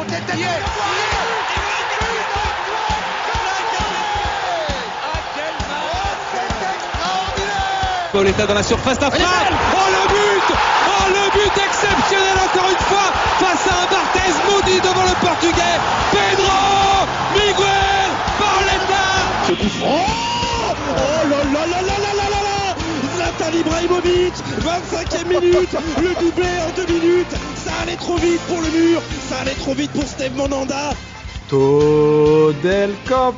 tête. Pauletta dans la surface d'affaire. Oh le but exceptionnel encore une fois face à un Barthez maudit devant le Portugais. Pedro Miguel Pauletta. Ce coup franc. Oh là là là là là là là là. Zlatan Ibrahimovic, 25e minute, le doublé en 2 minutes. Ça allait trop vite pour le mur, ça allait trop vite pour Steve Monanda. Todo el camp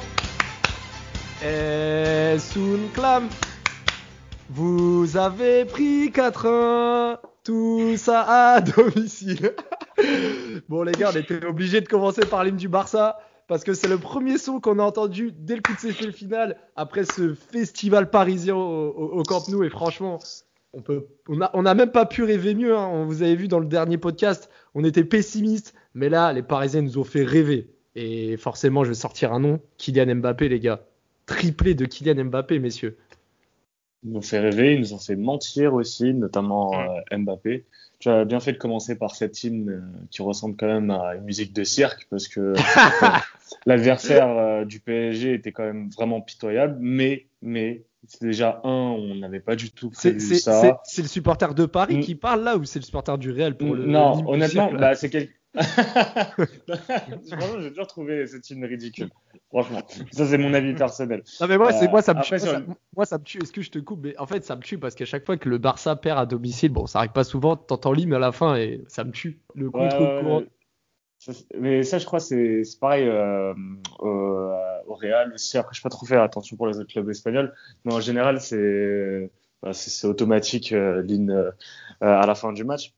es un clam. Vous avez pris 4-1, tout ça à domicile. Bon les gars, on était obligés de commencer par l'hymne du Barça parce que c'est le premier son qu'on a entendu dès le coup de sifflet final après ce festival parisien au Camp Nou. Et franchement, on a même pas pu rêver mieux. Hein. Vous avez vu dans le dernier podcast, on était pessimistes, mais là, les Parisiens nous ont fait rêver. Et forcément, je vais sortir un nom, Kylian Mbappé, les gars. Triplé de Kylian Mbappé, messieurs. Ils nous ont fait rêver, ils nous ont fait mentir aussi, notamment Mbappé. Tu as bien fait de commencer par cette hymne qui ressemble quand même à une musique de cirque parce que l'adversaire du PSG était quand même vraiment pitoyable, mais c'est déjà on n'avait pas du tout prévu ça. C'est le supporter de Paris qui parle là ou c'est le supporter du Real pour le Non, honnêtement, c'est Franchement, j'ai toujours trouvé cette hymne ridicule. Franchement, ça c'est mon avis personnel. Non mais moi ça me tue. Moi ça me tue. Est-ce que je te coupe? Mais en fait ça me tue parce qu'à chaque fois que le Barça perd à domicile, bon ça arrive pas souvent, t'entends l'hymne à la fin et ça me tue. Le contre-courant. Mais ça je crois c'est pareil au Real aussi. Après je n'ai pas trop fait attention pour les autres clubs espagnols, mais en général c'est automatique l'hymne à la fin du match.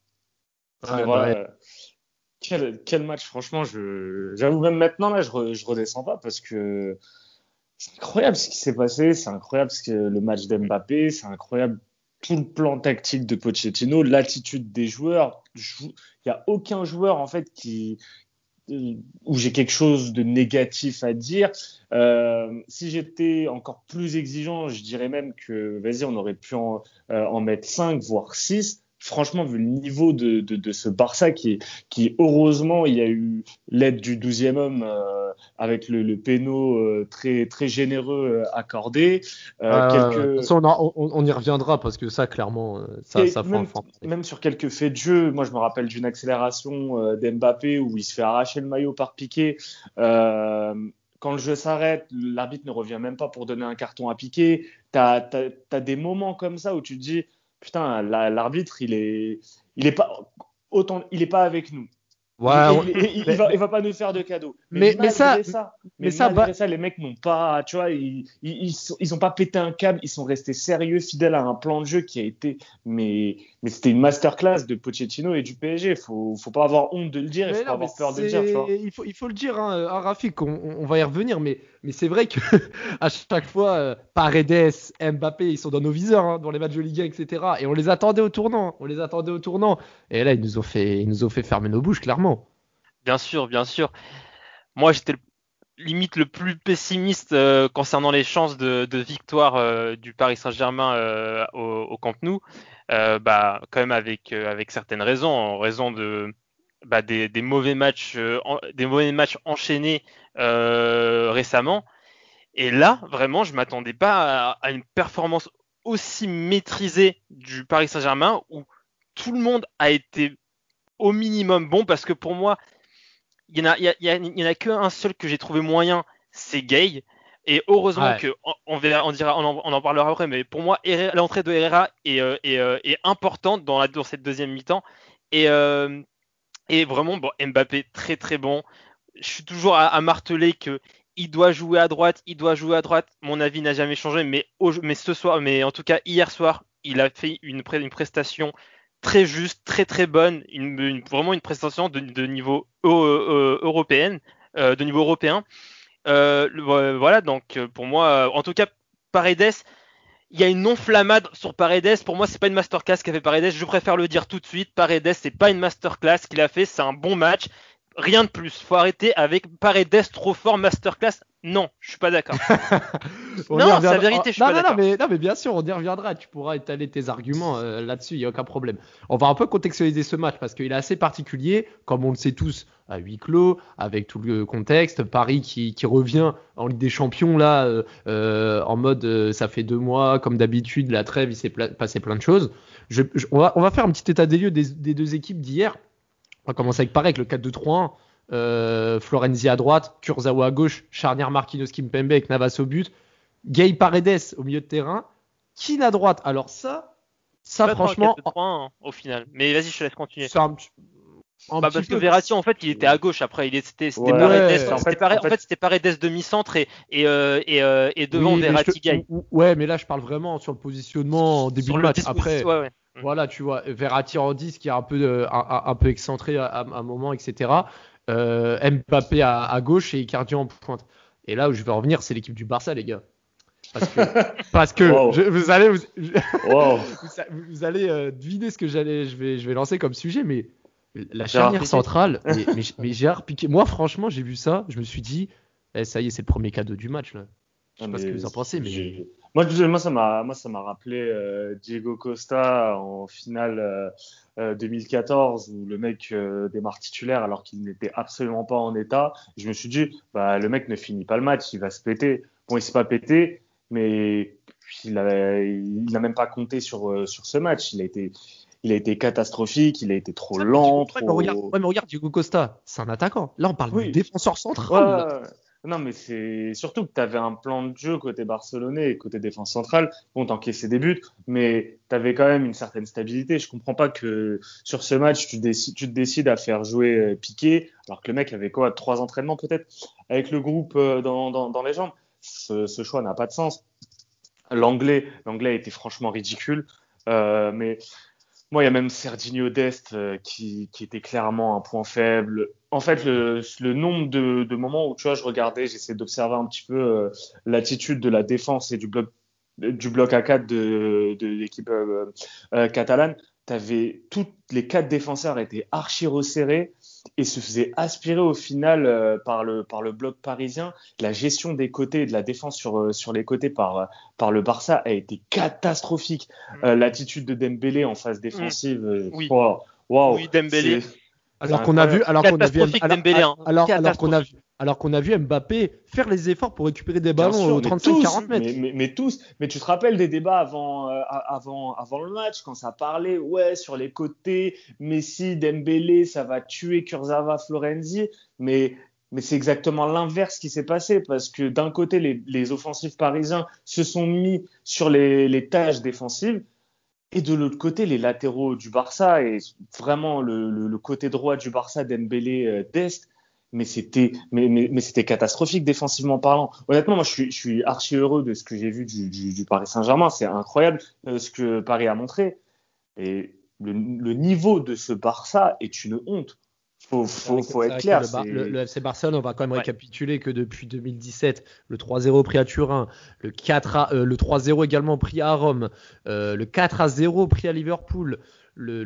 Quel match, franchement, j'avoue même maintenant là, je redescends pas parce que c'est incroyable ce qui s'est passé, c'est incroyable le match d'Mbappé, c'est incroyable tout le plan tactique de Pochettino, l'attitude des joueurs. Il y a aucun joueur en fait où j'ai quelque chose de négatif à dire. Si j'étais encore plus exigeant, je dirais même que vas-y, on aurait pu en mettre 5 voire 6. Franchement, vu le niveau de ce Barça qui heureusement, il y a eu l'aide du 12e homme avec le péno très très généreux accordé. De toute façon, on y reviendra parce que ça, clairement, ça même sur quelques faits de jeu, moi je me rappelle d'une accélération d'Mbappé où il se fait arracher le maillot par Piqué. Quand le jeu s'arrête, l'arbitre ne revient même pas pour donner un carton à Piqué. T'as des moments comme ça où tu te dis putain, l'arbitre, il est pas avec nous. Ouais, il va pas nous faire de cadeaux. Mais malgré ça, les mecs n'ont pas, tu vois, ils ont pas pété un câble, ils sont restés sérieux, fidèles à un plan de jeu qui a été, mais c'était une masterclass de Pochettino et du PSG. Faut pas avoir honte de le dire, il faut pas avoir peur de le dire, tu vois. Il faut le dire, hein, Rafik, on va y revenir, mais c'est vrai que à chaque fois, Paredes, Mbappé, ils sont dans nos viseurs, hein, dans les matchs de Ligue 1, etc. Et on les attendait au tournant. Et là, ils nous ont fait fermer nos bouches, clairement. Bien sûr. Moi, j'étais limite le plus pessimiste concernant les chances de victoire du Paris Saint-Germain au Camp Nou. Quand même avec certaines raisons, en raison des mauvais matchs enchaînés récemment. Et là, vraiment, je m'attendais pas à une performance aussi maîtrisée du Paris Saint-Germain où tout le monde a été au minimum bon, parce que pour moi, il y en a qu'un seul que j'ai trouvé moyen, c'est Gay. Et heureusement que on en parlera après, mais pour moi, l'entrée de Herrera est importante dans cette deuxième mi-temps. Et vraiment, Mbappé très très bon. Je suis toujours à marteler que il doit jouer à droite. Mon avis n'a jamais changé, mais ce soir, mais en tout cas hier soir, il a fait une prestation très juste, très très bonne, vraiment une prestation de niveau européen. Voilà, donc pour moi, en tout cas, Paredes, il y a une non-flammade sur Paredes. Pour moi, c'est pas une masterclass qu'a fait Paredes. Je préfère le dire tout de suite. Paredes, c'est pas une masterclass qu'il a fait. C'est un bon match. Rien de plus. Faut arrêter avec Paredes trop fort, masterclass. Non, je suis pas d'accord. On Non, y c'est reviendra. la vérité, je suis pas d'accord. Non, mais bien sûr, on y reviendra. Tu pourras étaler tes arguments là-dessus, il n'y a aucun problème. On va un peu contextualiser ce match parce qu'il est assez particulier, comme on le sait tous, à huis clos, avec tout le contexte. Paris qui revient en Ligue des Champions, là, en mode ça fait 2 mois, comme d'habitude, la trêve, il s'est passé plein de choses. On va faire un petit état des lieux des deux équipes d'hier. On va commencer avec Paris, avec le 4-2-3-1. Florenzi à droite, Kurzawa à gauche, charnière Marquinhos Kimpembe avec Navas au but, Gay Paredes au milieu de terrain, Keane à droite. Alors ça franchement, 4-3-1, au final. Mais vas-y, je te laisse continuer. c'est un Parce petit que peu. Verratti, en fait, il était à gauche. Après, c'était Ouais, Paredes. en fait, C'était Paredes demi-centre et devant Oui, mais Verratti Gay. ouais, mais là je parle vraiment sur le positionnement en début Sur de le match. dispositif, Après, ouais. voilà, tu vois, Verratti en 10 qui est un peu excentré à un moment, etc. Mbappé à gauche et Icardi en pointe. Et là où je vais revenir, c'est l'équipe du Barça, les gars. Parce que Wow. Wow. vous allez deviner ce que je vais lancer comme sujet, mais la Gérard charnière Piqué. centrale, mais Gérard Piqué, moi franchement, j'ai vu ça, je me suis dit, ça y est, c'est le premier cadeau du match là. Je sais pas ce que vous en pensez, mais Moi, ça m'a rappelé Diego Costa en finale 2014 où le mec démarre titulaire alors qu'il n'était absolument pas en état. Je me suis dit, bah, le mec ne finit pas le match, il va se péter. Bon, il s'est pas pété, mais il n'a même pas compté sur ce match. Il a été catastrophique, il a été trop lent, mais regarde Diego Costa, c'est un attaquant. Là, on parle Oui. du défenseur central. Ouais, ouais. Non, mais c'est surtout que tu avais un plan de jeu côté barcelonais et côté défense centrale. Bon, t'encaissais des buts, mais tu avais quand même une certaine stabilité. Je comprends pas que sur ce match, tu te décides à faire jouer Piqué, alors que le mec avait quoi, 3 entraînements peut-être avec le groupe dans les jambes. Ce choix n'a pas de sens. L'anglais a été franchement ridicule. Mais moi, il y a même Serginho Dest qui était clairement un point faible. En fait, le nombre de moments où tu vois, je regardais, j'essayais d'observer un petit peu l'attitude de la défense et du bloc à 4 de l'équipe catalane. Toutes les 4 défenseurs étaient archi resserrés et se faisaient aspirer au final par le bloc parisien. La gestion des côtés et de la défense sur les côtés par le Barça a été catastrophique. L'attitude de Dembélé en phase défensive, Oui. Wow, Oui, Dembélé. Alors qu'on a vu Catastrophique. alors qu'on a vu Mbappé faire les efforts pour récupérer des bien ballons sûr, aux 35-40 mètres. mais tous. Mais tu te rappelles des débats avant le match quand ça parlait, ouais, sur les côtés, Messi, Dembélé, ça va tuer Kurzawa, Florenzi. Mais c'est exactement l'inverse qui s'est passé parce que d'un côté, les offensifs parisiens se sont mis sur les tâches défensives. Et de l'autre côté, les latéraux du Barça et vraiment le côté droit du Barça, Dembélé, Dest, mais c'était catastrophique défensivement parlant. Honnêtement, moi, je suis archi heureux de ce que j'ai vu du Paris Saint-Germain. C'est incroyable ce que Paris a montré. Et le niveau de ce Barça est une honte. Faut être clair. Le FC Barcelone, on va quand même récapituler que depuis 2017, le 3-0 pris à Turin, le 3-0 également pris à Rome, le 4-0 pris à Liverpool, le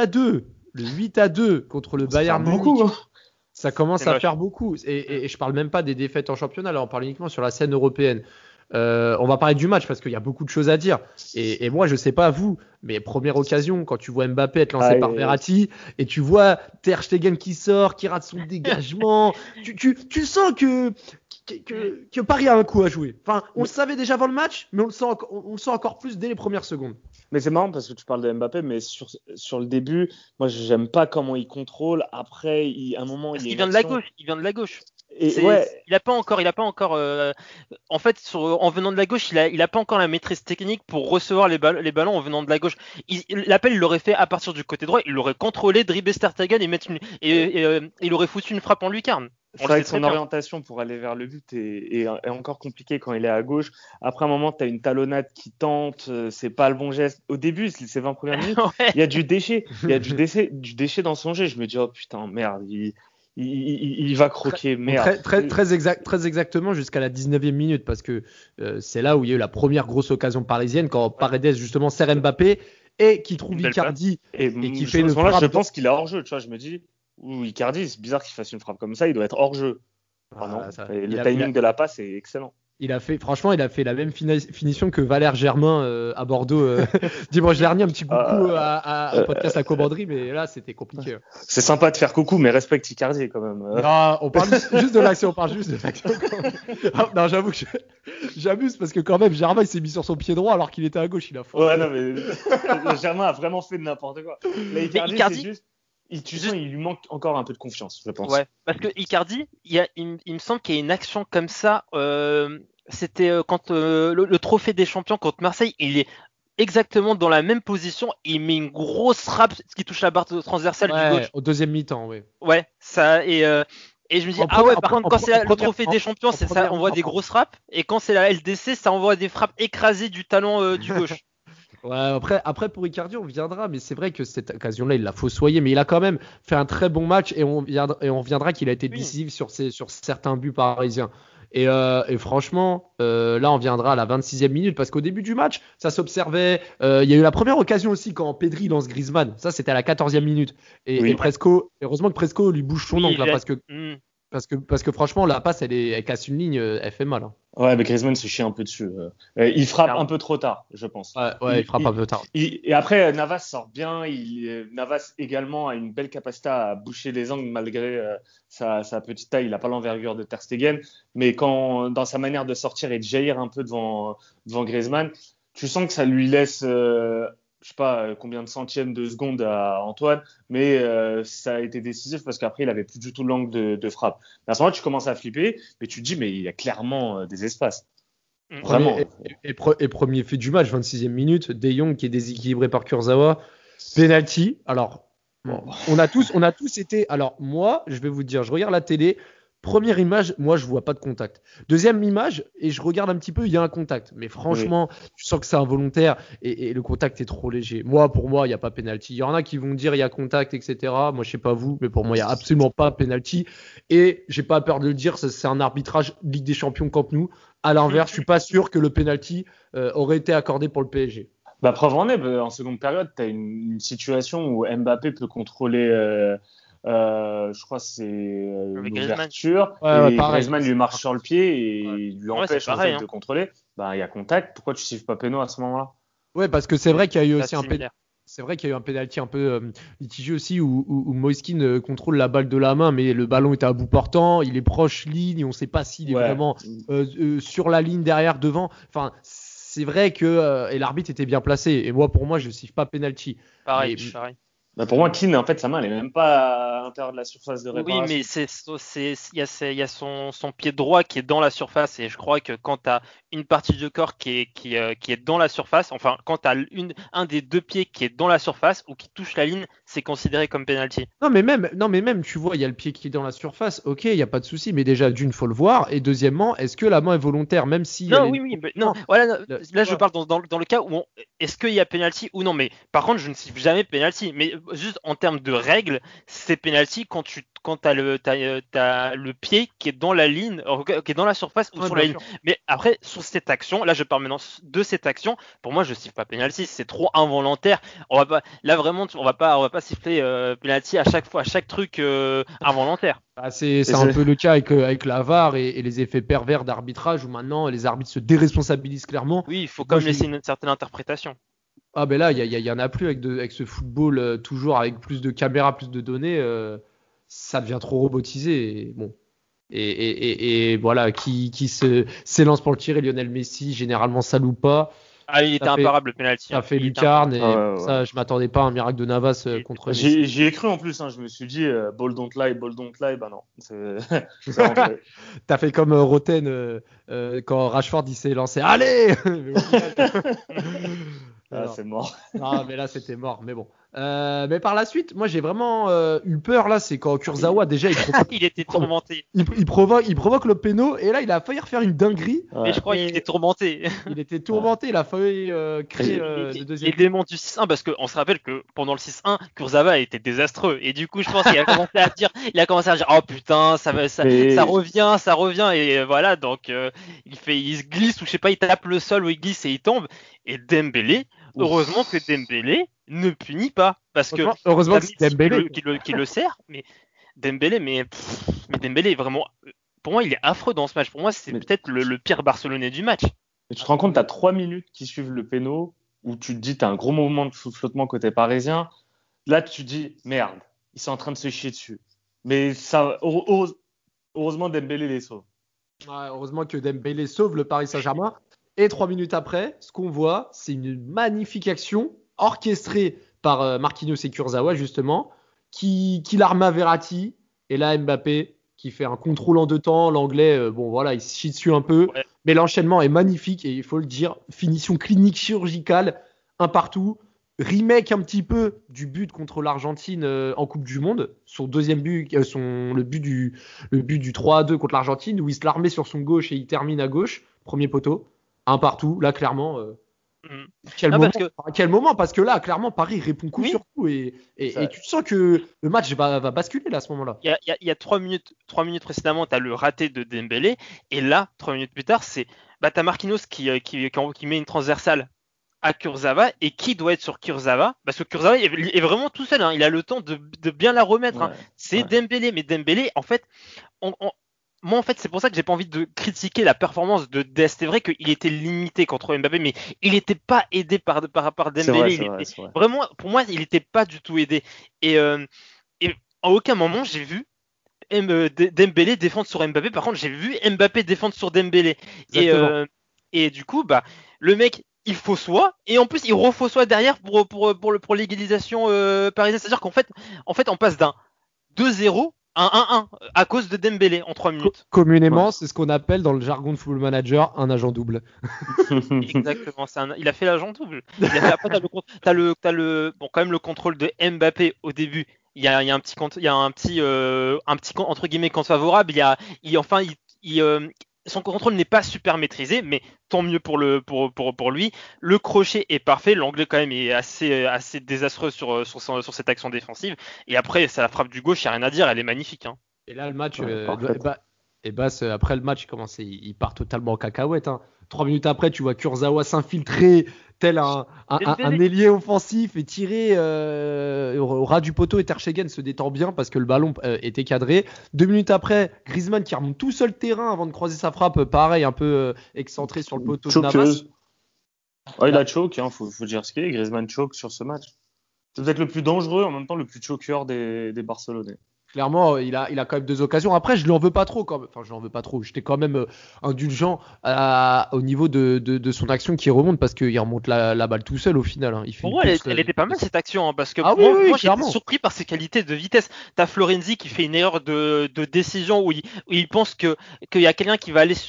8-2 contre le Bayern Munich. Beaucoup, hein. Ça commence à faire beaucoup. Et je parle même pas des défaites en championnat, là on parle uniquement sur la scène européenne. On va parler du match parce qu'il y a beaucoup de choses à dire. Et moi, je sais pas vous, mais première occasion, quand tu vois Mbappé être lancé par Verratti et tu vois Ter Stegen qui sort, qui rate son dégagement, tu sens que Paris a un coup à jouer. Enfin, on le savait déjà avant le match, mais on le sent encore plus dès les premières secondes. Mais c'est marrant parce que tu parles de Mbappé, mais sur le début, moi, j'aime pas comment il contrôle. Après, à un moment, il vient de la gauche. Il vient de la gauche. Et il a pas encore. En fait, en venant de la gauche, il a pas encore la maîtrise technique pour recevoir les ballons en venant de la gauche. L'appel, il l'aurait fait à partir du côté droit. Il l'aurait contrôlé, dribbler Ter Stegen et il aurait foutu une frappe en lucarne. C'est vrai que son orientation pour aller vers le but est encore compliquée quand il est à gauche. Après un moment, tu as une talonnade qui tente, c'est pas le bon geste. Au début, ces 20 premières minutes, il y a du déchet. Il y a du déchet dans son jeu. Je me dis, oh putain, merde, il va croquer, merde. Très exactement jusqu'à la 19e minute parce que c'est là où il y a eu la première grosse occasion parisienne quand Paredes justement serre Mbappé et qui trouve Icardi et qui fait une frappe. Je pense qu'il est hors jeu, tu vois, je me dis, Icardi, c'est bizarre qu'il fasse une frappe comme ça, il doit être hors jeu. Ah non, Ça, et le timing de la passe est excellent. Franchement, il a fait la même finition que Valère Germain à Bordeaux dimanche dernier. Un petit coucou au podcast La Commanderie, mais là, c'était compliqué. C'est sympa de faire coucou, mais respecte Icardi quand même. Non, on parle juste de l'action, quand même. Non, j'avoue que j'abuse parce que quand même, Germain, il s'est mis sur son pied droit alors qu'il était à gauche. Il a faux. Ouais, non, mais Germain a vraiment fait de n'importe quoi. Là, Icardi, c'est juste... il lui manque encore un peu de confiance, je pense. Ouais, parce que Icardi, il me semble qu'il y a une action comme ça. C'était quand le trophée des champions contre Marseille, il est exactement dans la même position. Il met une grosse frappe qui touche la barre transversale du gauche. Au deuxième mi-temps, oui. Ouais, ça et je me dis par contre quand c'est le trophée des champions, ça envoie des grosses frappes, et quand c'est la LDC, ça envoie des frappes écrasées du talon du gauche. Ouais, après pour Icardi on viendra, mais c'est vrai que cette occasion-là il l'a fossoyé, mais il a quand même fait un très bon match, et on viendra qu'il a été décisif sur certains buts parisiens. Et franchement, là on viendra à la 26e minute, parce qu'au début du match ça s'observait. Il y a eu la première occasion aussi quand Pedri lance Griezmann, ça c'était à la 14e minute, et Presco, heureusement que Presco lui bouge son ongle là, parce que franchement la passe elle casse une ligne, elle fait mal. Ouais, mais Griezmann se chie un peu dessus. Il frappe un peu trop tard, je pense. Ouais, il frappe un peu tard. Et après, Navas sort bien. Navas également a une belle capacité à boucher les angles malgré sa petite taille. Il n'a pas l'envergure de Ter Stegen, mais dans sa manière de sortir et de jaillir un peu devant Griezmann, tu sens que ça lui laisse, je sais pas combien de centièmes de seconde à Antoine, mais ça a été décisif parce qu'après il avait plus du tout l'angle de frappe. À ce moment-là, tu commences à flipper, mais tu te dis mais il y a clairement des espaces. Vraiment. Et premier fait du match, 26e minute, De Jong qui est déséquilibré par Kurzawa, penalty. Alors on a tous été. Alors moi, je vais vous dire, je regarde la télé. Première image, moi je vois pas de contact. Deuxième image, et je regarde un petit peu, il y a un contact. Mais franchement, tu sens que c'est involontaire, et le contact est trop léger. Pour moi, il n'y a pas penalty. Il y en a qui vont dire il y a contact, etc. Moi, je sais pas vous, mais pour moi, il n'y a absolument pas penalty. Et j'ai pas peur de le dire, c'est un arbitrage Ligue des Champions Camp Nou. À l'inverse, je suis pas sûr que le penalty aurait été accordé pour le PSG. Preuve en est, en seconde période, tu as une situation où Mbappé peut contrôler. Je crois que c'est une ouverture, et Griezmann lui marche sur le pied et lui empêche de contrôler. Il y a contact. Pourquoi tu siffles pas péno à ce moment-là? Ouais, parce que c'est vrai qu'il y a eu aussi c'est vrai qu'il y a eu un penalty un peu litigieux aussi, où Moiskin contrôle la balle de la main, mais le ballon était à bout portant, il est proche ligne, on ne sait pas s'il est vraiment sur la ligne derrière, devant. Enfin, c'est vrai que et l'arbitre était bien placé, et pour moi je siffle pas penalty. Pareil. Pour moi, Keane, en fait, sa main, elle est même pas à l'intérieur de la surface de réparation. Oui, mais il y a son pied droit qui est dans la surface, et je crois que quand tu as une partie du corps qui est dans la surface, enfin, quand tu as un des deux pieds qui est dans la surface ou qui touche la ligne, c'est considéré comme penalty. Non, mais même, tu vois, il y a le pied qui est dans la surface, ok, il n'y a pas de souci, mais déjà, d'une, faut le voir, et deuxièmement, est-ce que la main est volontaire, même si. Non, voilà, là, je parle dans le cas où est-ce qu'il y a penalty ou non, mais par contre, je ne siffle jamais penalty, mais juste en termes de règles, c'est penalty quand t'as le pied qui est dans la ligne, qui est dans la surface ou sur la ligne. Mais après, sur cette action, là je parle maintenant de cette action, pour moi je siffle pas penalty, c'est trop involontaire. On va pas siffler penalty à chaque truc involontaire. C'est un peu le cas avec la VAR et les effets pervers d'arbitrage, où maintenant les arbitres se déresponsabilisent clairement. Oui, il faut quand même laisser une certaine interprétation. Ah ben là, il y en a plus avec ce football, toujours avec plus de caméras, plus de données, ça devient trop robotisé. Et voilà, qui s'élance pour le tirer, Lionel Messi, généralement ça loupe pas. Ah, il était imparable le penalty. Ça fait lucarne, et ça, je m'attendais pas à un miracle de Navas contre Messi. J'y ai cru en plus, je me suis dit ball don't lie, bah non. T'as fait comme Roten quand Rashford il s'est lancé, allez. C'est mort. Non, mais là c'était mort, mais bon. Mais par la suite, moi j'ai vraiment eu peur là, c'est quand Kurzawa déjà il était tourmenté. Il provoque le péno, et là il a failli refaire une dinguerie. Mais je crois qu'il était tourmenté. Il était tourmenté, il a failli créer le deuxième. L'élément du 6-1, parce qu'on se rappelle que pendant le 6-1, Kurzawa était désastreux, et du coup je pense qu'il a commencé à dire, oh putain, ça revient, et voilà, donc il se glisse, ou je sais pas, il tape le sol ou il glisse et il tombe, et Dembélé. Heureusement que Dembélé ne punit pas, parce que heureusement que c'est Dembélé qui le sert, mais Dembélé, Dembélé vraiment pour moi, il est affreux dans ce match. Pour moi, c'est peut-être le pire Barcelonais du match. Et tu te rends compte, tu as 3 minutes qui suivent le péno où tu te dis, tu as un gros moment de flottement côté parisien. Là, tu te dis, merde, ils sont en train de se chier dessus. Mais ça, heureusement, Dembélé les sauve. Ouais, heureusement que Dembélé sauve le Paris Saint-Germain. Et 3 minutes après, ce qu'on voit, c'est une magnifique action orchestrée par Marquinhos et Kurzawa, justement, qui l'arme à Verratti. Et là, Mbappé qui fait un contrôle en 2 temps. L'anglais, bon voilà, il se chie dessus un peu. Ouais. Mais l'enchaînement est magnifique et il faut le dire, finition clinique chirurgicale, un partout. Remake un petit peu du but contre l'Argentine en Coupe du Monde. Son deuxième but, le but du 3-2 contre l'Argentine, où il se la remet sur son gauche et il termine à gauche. Premier poteau. Un partout. Là, clairement. Quel moment, parce que là, clairement, Paris répond coup sur coup et tu sens que le match va basculer là, à ce moment-là. Il y a 3 minutes précédemment, tu as le raté de Dembélé et là, 3 minutes plus tard, t'as Marquinhos qui met une transversale à Kurzawa et qui doit être sur Kurzawa parce que Kurzawa est vraiment tout seul, hein. Il a le temps de bien la remettre, hein. C'est Dembélé, mais Dembélé, en fait, moi, en fait, c'est pour ça que j'ai pas envie de critiquer la performance de Dest. C'est vrai qu'il était limité contre Mbappé, mais il n'était pas aidé par Dembélé. C'est vrai. Vraiment, pour moi, il n'était pas du tout aidé. Et à aucun moment, j'ai vu Dembélé défendre sur Mbappé. Par contre, j'ai vu Mbappé défendre sur Dembélé. Et du coup, le mec, il faussoie et en plus, il refaussoie derrière pour l'égalisation parisienne. C'est-à-dire qu'en fait, on passe d'un 2-0 à 1-1 à cause de Dembélé en 3 minutes. Communément, c'est ce qu'on appelle dans le jargon de Football Manager un agent double. Exactement, il a fait l'agent double. Après, t'as le contrôle de Mbappé au début. Il y a un petit entre guillemets compte favorable. Son contrôle n'est pas super maîtrisé, mais tant mieux pour lui. Le crochet est parfait. L'anglais quand même est assez désastreux sur cette action défensive. Et après, c'est la frappe du gauche, il n'y a rien à dire, elle est magnifique, hein. Et là, le match, après le match, il part totalement en cacahuète, hein. 3 minutes après, tu vois Kurzawa s'infiltrer tel un ailier offensif et tirer au ras du poteau, et Ter Stegen se détend bien parce que le ballon était cadré. 2 minutes après, Griezmann qui remonte tout seul terrain avant de croiser sa frappe, pareil, un peu excentré sur le poteau de Navas. Il a choke, hein, faut dire ce qu'il est. Griezmann choke sur ce match. C'est peut-être le plus dangereux, en même temps le plus choqueur des Barcelonais. Clairement, il a quand même 2 occasions. Après, je lui en veux pas trop. Je l'en veux pas trop. J'étais quand même indulgent au niveau de son action qui remonte parce qu'il remonte la balle tout seul au final, hein. Pour moi, elle était pas mal cette action, hein, parce que moi j'étais surpris par ses qualités de vitesse. T'as Florenzi qui fait une erreur de décision où il pense qu'il y a quelqu'un qui va aller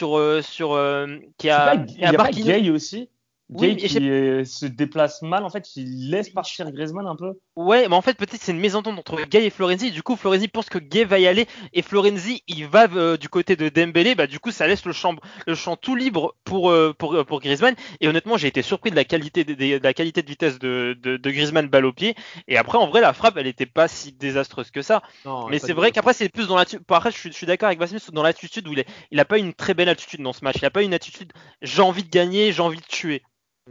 il y a pas Gay aussi. Gay qui se déplace mal, en fait, il laisse partir Griezmann un peu. Ouais, mais en fait, peut-être c'est une mésentente entre Gay et Florenzi. Du coup, Florenzi pense que Gay va y aller et Florenzi, il va du côté de Dembélé. Du coup, ça laisse le champ tout libre pour Griezmann. Et honnêtement, j'ai été surpris de la qualité de vitesse de Griezmann balle au pied. Et après, en vrai, la frappe, elle était pas si désastreuse que ça. Non, mais c'est vrai qu'après, c'est plus dans l'attitude. Après, je suis d'accord avec Vassim dans l'attitude où il a pas une très belle attitude dans ce match. Il a pas une attitude, j'ai envie de gagner, j'ai envie de tuer.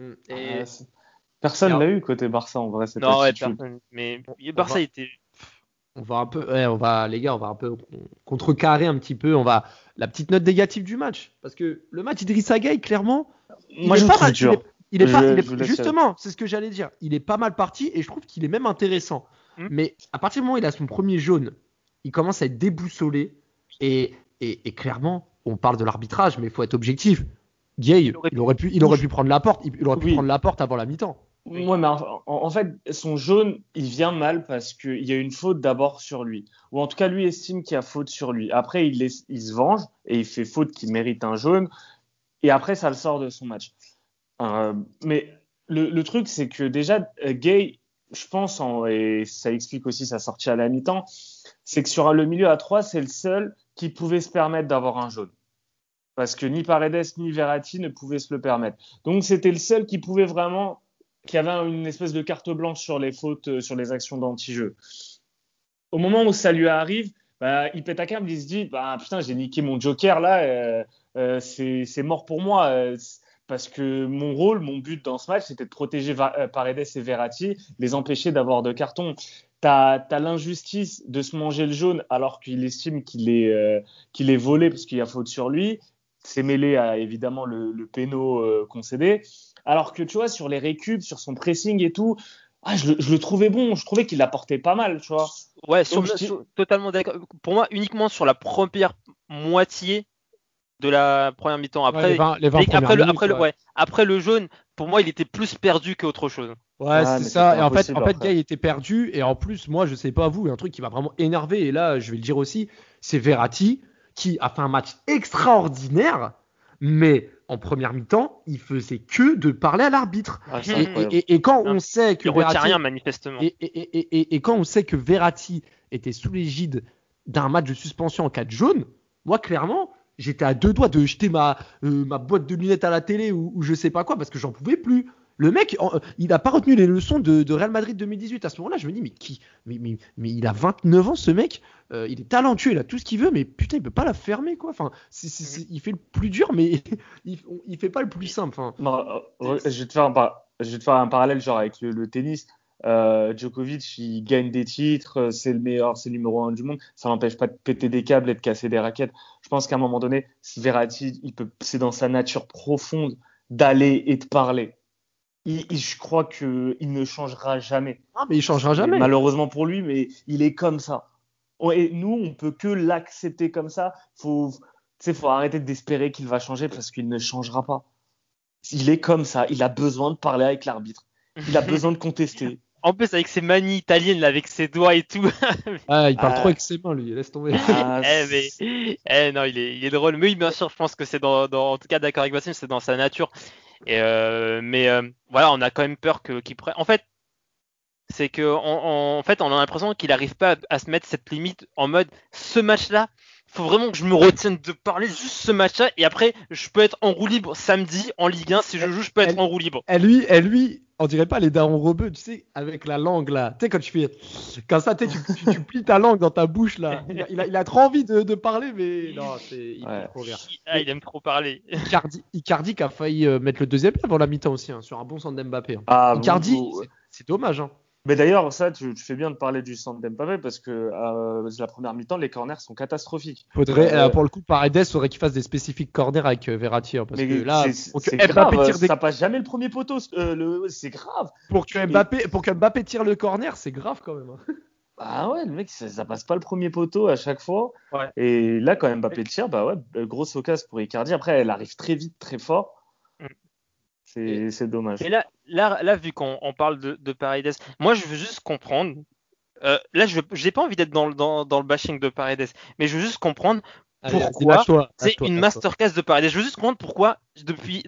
Personne l'a eu côté Barça en vrai. Personne. Mais Barça était. On va un peu, les gars, on va un peu contrecarrer un petit peu. La petite note négative du match, parce que le match Idrissa Gueye, clairement, moi je trouve dur. Justement, c'est ce que j'allais dire. Il est pas mal parti et je trouve qu'il est même intéressant. Mais à partir du moment où il a son premier jaune, il commence à être déboussolé et clairement, on parle de l'arbitrage, mais il faut être objectif. Gueye, il aurait pu prendre la porte. Il aurait pu prendre la porte avant la mi-temps. Ouais, mais en fait, son jaune, il vient mal parce qu'il y a une faute d'abord sur lui. Ou en tout cas, lui estime qu'il y a faute sur lui. Après, il se venge et il fait faute qui mérite un jaune. Et après, ça le sort de son match. Mais le truc, c'est que déjà, Gueye, je pense, et ça explique aussi sa sortie à la mi-temps, c'est que sur le milieu à 3, c'est le seul qui pouvait se permettre d'avoir un jaune. Parce que ni Paredes ni Verratti ne pouvaient se le permettre. Donc c'était le seul qui pouvait vraiment, qui avait une espèce de carte blanche sur les fautes, sur les actions d'anti-jeu. Au moment où ça lui arrive, il pète un câble, il se dit putain, j'ai niqué mon joker là, c'est mort pour moi. Parce que mon but dans ce match, c'était de protéger Paredes et Verratti, les empêcher d'avoir de carton. t'as l'injustice de se manger le jaune alors qu'il estime qu'il est volé parce qu'il y a faute sur lui. C'est mêlé à évidemment le péno concédé. Alors que tu vois, sur les récup, sur son pressing et tout, je le trouvais bon. Je trouvais qu'il apportait pas mal, tu vois. Ouais, totalement d'accord. Pour moi, uniquement sur la première moitié de la première mi-temps. Après, les 20 premières minutes, après le jaune, pour moi, il était plus perdu qu'autre chose. Ouais, c'est ça. Et en fait, Guy était perdu. Et en plus, moi, je sais pas vous, il y a un truc qui m'a vraiment énervé. Et là, je vais le dire aussi, c'est Verratti qui a fait un match extraordinaire. Mais en première mi-temps, il faisait que de parler à l'arbitre. Et quand on sait que Verratti retient rien manifestement. Et quand on sait que Verratti était sous l'égide d'un match de suspension en cas de jaune, moi, clairement, j'étais à deux doigts de jeter ma boîte de lunettes à la télé ou je sais pas quoi parce que j'en pouvais plus. Le mec, il n'a pas retenu les leçons de Real Madrid 2018. À ce moment-là, je me dis, mais il a 29 ans, ce mec. Il est talentueux, il a tout ce qu'il veut, mais putain, il peut pas la fermer, quoi. Enfin, il fait le plus dur, mais il fait pas le plus simple. Enfin, je vais te faire un parallèle genre avec le tennis. Djokovic, il gagne des titres, c'est le meilleur, c'est le numéro 1 du monde. Ça n'empêche pas de péter des câbles et de casser des raquettes. Je pense qu'à un moment donné, Verratti, c'est dans sa nature profonde d'aller et de parler. Je crois qu'il ne changera jamais. Ah, mais il changera jamais. Malheureusement pour lui, mais il est comme ça. Et nous, on peut que l'accepter comme ça. Faut arrêter d'espérer qu'il va changer parce qu'il ne changera pas. Il est comme ça. Il a besoin de parler avec l'arbitre. Il a besoin de contester. En plus, avec ses manies italiennes, là, avec ses doigts et tout. Il parle trop avec ses mains, lui. Laisse tomber. Non, il est drôle. Mais oui, bien sûr, je pense que c'est en tout cas, d'accord avec Bassim, c'est dans sa nature. Voilà, on a quand même peur qu'il prenne. En fait, c'est que en fait, on a l'impression qu'il n'arrive pas à se mettre cette limite en mode ce match-là. Faut vraiment que je me retienne de parler juste ce match-là et après je peux être en roue libre samedi en Ligue 1 si je joue je peux être en roue libre. Lui, on dirait pas les darons robeux, tu sais, avec la langue là. Tu sais quand tu fais comme ça, tu plies ta langue dans ta bouche là. Il a trop envie de parler mais non, il fait trop rire. Il aime trop parler. Icardi qui a failli mettre le deuxième avant la mi-temps aussi sur un bon centre d'Mbappé. Icardi, c'est dommage. Mais d'ailleurs, ça, tu fais bien de parler du centre d'Mbappé parce que la première mi-temps, les corners sont catastrophiques. Faudrait, pour le coup, Paredes, faudrait qu'il fasse des spécifiques corners avec Verratti. Parce que là, c'est grave, ça passe jamais le premier poteau. C'est grave. Pour que Mbappé tire le corner, c'est grave quand même. Ah ouais, le mec, ça passe pas le premier poteau à chaque fois. Ouais. Et là, quand Mbappé tire, grosse occasion pour Icardi. Après, elle arrive très vite, très fort. C'est dommage. Et là, vu qu'on parle de Paredes, moi je veux juste comprendre. Là, j'ai pas envie d'être dans le bashing de Paredes, mais je veux juste comprendre pourquoi c'est une masterclass de Paredes. Je veux juste comprendre pourquoi depuis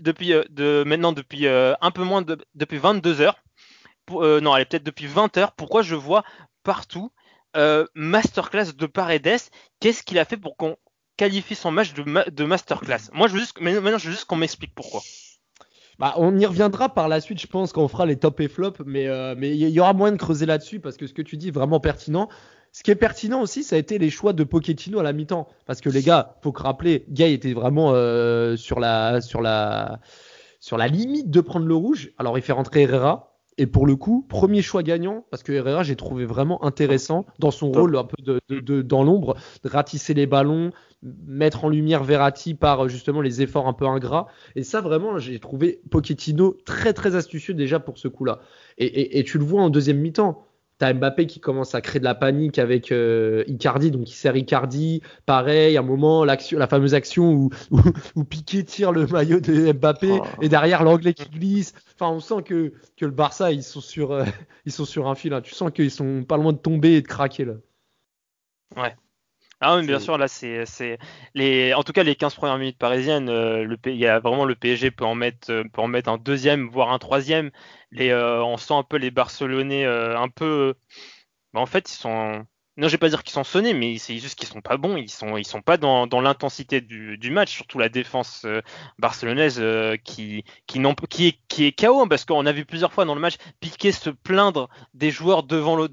un peu moins depuis 22 heures. Non, allez peut-être depuis 20 heures. Pourquoi je vois partout masterclass de Paredes? Qu'est-ce qu'il a fait pour qu'on qualifie son match de masterclass? Moi, maintenant, je veux juste qu'on m'explique pourquoi. On y reviendra par la suite, je pense, quand on fera les top et flop, mais il y aura moyen de creuser là-dessus parce que ce que tu dis est vraiment pertinent. Ce qui est pertinent aussi, ça a été les choix de Pochettino à la mi-temps. Parce que les gars, faut que rappeler, Guy était vraiment sur la limite de prendre le rouge. Alors il fait rentrer Herrera. Et pour le coup, premier choix gagnant, parce que Herrera, j'ai trouvé vraiment intéressant dans son rôle un peu dans l'ombre, de ratisser les ballons, mettre en lumière Verratti par justement les efforts un peu ingrats. Et ça, vraiment, j'ai trouvé Pochettino très très astucieux déjà pour ce coup-là. Et tu le vois en deuxième mi-temps. T'as Mbappé qui commence à créer de la panique avec Icardi, donc il sert Icardi. Pareil, à un moment, la fameuse action où Piqué tire le maillot de Mbappé et derrière l'anglais qui glisse. Enfin, on sent que le Barça, ils sont sur un fil. Là. Tu sens qu'ils sont pas loin de tomber et de craquer là. Ouais. Ah oui, bien sûr, là en tout cas les 15 premières minutes parisiennes, il y a vraiment le PSG peut en mettre un deuxième voire un troisième. On sent un peu les Barcelonais un peu en fait ils sont non, je vais pas dire qu'ils sont sonnés, mais c'est juste qu'ils sont pas bons, ils sont pas dans l'intensité du match, surtout la défense barcelonaise qui est KO hein, parce qu'on a vu plusieurs fois dans le match Piqué se plaindre des joueurs devant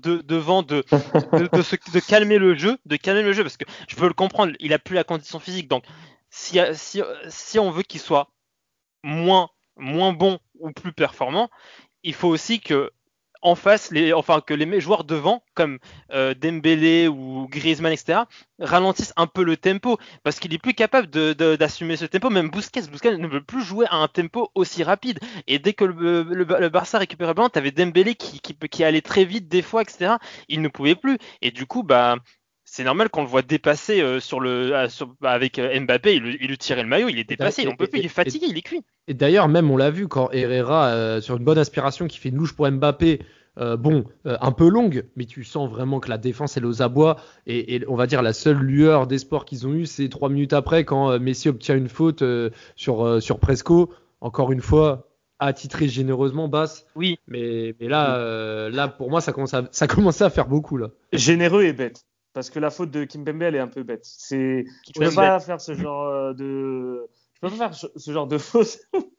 de calmer le jeu, parce que je peux le comprendre, il a plus la condition physique, donc si on veut qu'il soit moins bon ou plus performant, il faut aussi que en face, que les joueurs devant, comme Dembélé ou Griezmann, etc., ralentissent un peu le tempo, parce qu'il est plus capable d'assumer ce tempo. Même Busquets ne veut plus jouer à un tempo aussi rapide. Et dès que le Barça récupérait le ballon, t'avais Dembélé qui allait très vite des fois, etc. Il ne pouvait plus. Et du coup, c'est normal qu'on le voit dépasser avec Mbappé, il lui tirait le maillot, il est dépassé, on peut plus, il est fatigué, il est cuit. Et d'ailleurs, même on l'a vu quand Herrera, sur une bonne aspiration qui fait une louche pour Mbappé, un peu longue, mais tu sens vraiment que la défense elle est aux abois. Et on va dire la seule lueur d'espoir qu'ils ont eu, c'est 3 minutes après quand Messi obtient une faute sur Presco. Encore une fois, attitré généreusement, Basse. Oui. Mais là, pour moi, ça commençait à faire beaucoup là. Généreux et bête. Parce que la faute de Kimpembe, elle est un peu bête. Tu peux pas faire ce genre de faute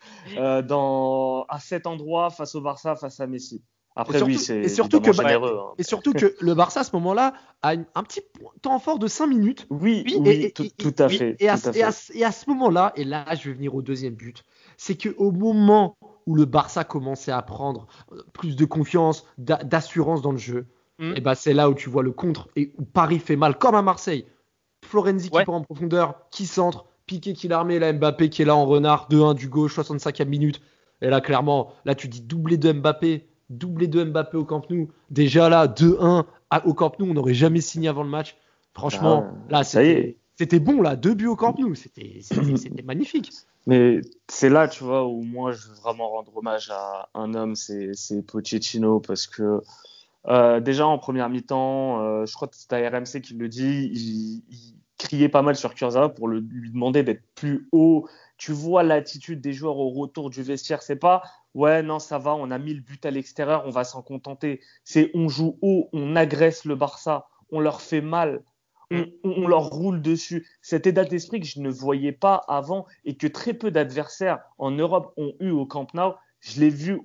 à cet endroit face au Barça, face à Messi. Après, c'est surtout généreux. Et surtout que le Barça, à ce moment-là, a un petit temps fort de 5 minutes. Oui, tout à fait. Et à ce moment-là, et là, je vais venir au deuxième but, c'est qu'au moment où le Barça commençait à prendre plus de confiance, d'assurance dans le jeu, et c'est là où tu vois le contre et où Paris fait mal, comme à Marseille. Florenzi qui part en profondeur, qui centre, Piqué qui l'armée, là Mbappé qui est là en renard, 2-1 du gauche, 65e minute. Et là, clairement, là tu dis doublé de Mbappé au Camp Nou. Déjà là, 2-1 au Camp Nou, on n'aurait jamais signé avant le match. Franchement, là, c'était bon, là, 2 buts au Camp Nou. C'était magnifique. Mais c'est là, tu vois, où moi, je veux vraiment rendre hommage à un homme, c'est Pochettino, parce que déjà en première mi-temps, je crois que c'était RMC qui le dit, il criait pas mal sur Kurzawa pour lui demander d'être plus haut. Tu vois l'attitude des joueurs au retour du vestiaire, c'est pas ouais non ça va, on a mis le but à l'extérieur, on va s'en contenter. C'est on joue haut, on agresse le Barça, on leur fait mal, on leur roule dessus. Cet état d'esprit que je ne voyais pas avant et que très peu d'adversaires en Europe ont eu au Camp Nou. Je l'ai vu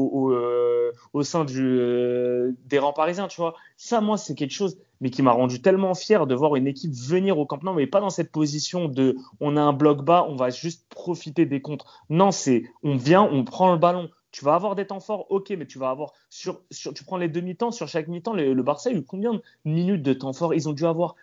au sein des rangs parisiens, tu vois. Ça, moi, c'est quelque chose, mais qui m'a rendu tellement fier de voir une équipe venir au Camp Nou, mais pas dans cette position de on a un bloc bas, on va juste profiter des contres. Non, c'est on vient, on prend le ballon. Tu vas avoir des temps forts, ok, mais tu vas avoir tu prends les demi-temps, sur chaque mi-temps, le Barça a eu combien de minutes de temps fort? Ils ont dû avoir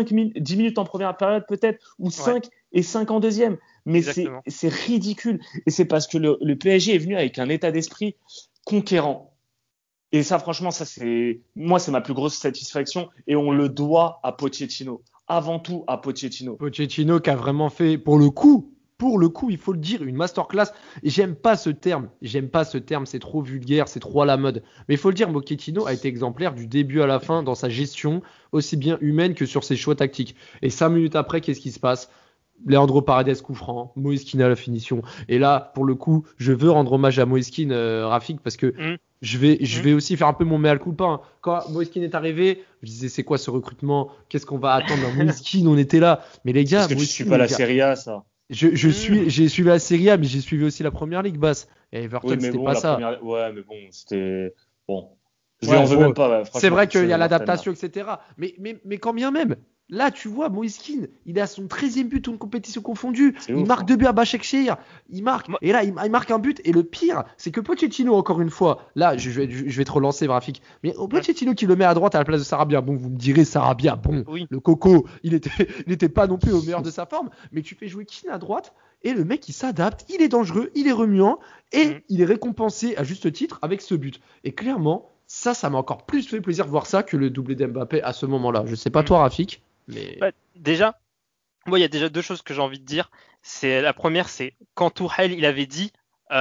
10 minutes en première période peut-être, ou 5 et 5 en deuxième. Mais c'est ridicule. Et c'est parce que le PSG est venu avec un état d'esprit conquérant. Et ça, franchement, c'est ma plus grosse satisfaction. Et on le doit à Pochettino. Avant tout, à Pochettino. Pochettino qui a vraiment fait, pour le coup, il faut le dire, une masterclass. Et j'aime pas ce terme, c'est trop vulgaire, c'est trop à la mode. Mais il faut le dire, Pochettino a été exemplaire du début à la fin dans sa gestion, aussi bien humaine que sur ses choix tactiques. Et 5 minutes après, qu'est-ce qui se passe? Leandro Paredes coup franc, Moïse Kean à la finition. Et là, pour le coup, je veux rendre hommage à Moïse Kean, Rafik, parce que je vais aussi faire un peu mon mea culpa. Hein. Quand Moïse Kean est arrivé, je disais c'est quoi ce recrutement? Qu'est-ce qu'on va attendre d'un Moïse Kean? On était là. Mais les gars, parce que tu suis pas la Serie A, ça. J'ai suivi la Serie A, mais j'ai suivi aussi la Première Ligue, Basse. Et Everton, c'était pas ça. Ouais, mais bon, c'était bon. Je lui en veux même pas. C'est vrai qu'il y a l'adaptation, etc. Mais quand bien même, là, tu vois, Moïse Kean, il est à son 13e but, toute compétition confondue. Il marque 2 buts à Başakşehir. Il marque. Et là, il marque un but. Et le pire, c'est que Pochettino, encore une fois, là, je vais te relancer, Rafik. Mais Pochettino qui le met à droite à la place de Sarabia. Bon, vous me direz, Sarabia, bon, le coco, il était pas non plus au meilleur de sa forme. Mais tu fais jouer Kean à droite. Et le mec, il s'adapte, il est dangereux, il est remuant. Et il est récompensé à juste titre avec ce but. Et clairement, ça m'a encore plus fait plaisir de voir ça que le doublé d'Mbappé à ce moment-là. Je sais pas toi, Rafik. Mais... déjà, moi, il y a déjà 2 choses que j'ai envie de dire. La première, c'est quand Tuchel, il avait dit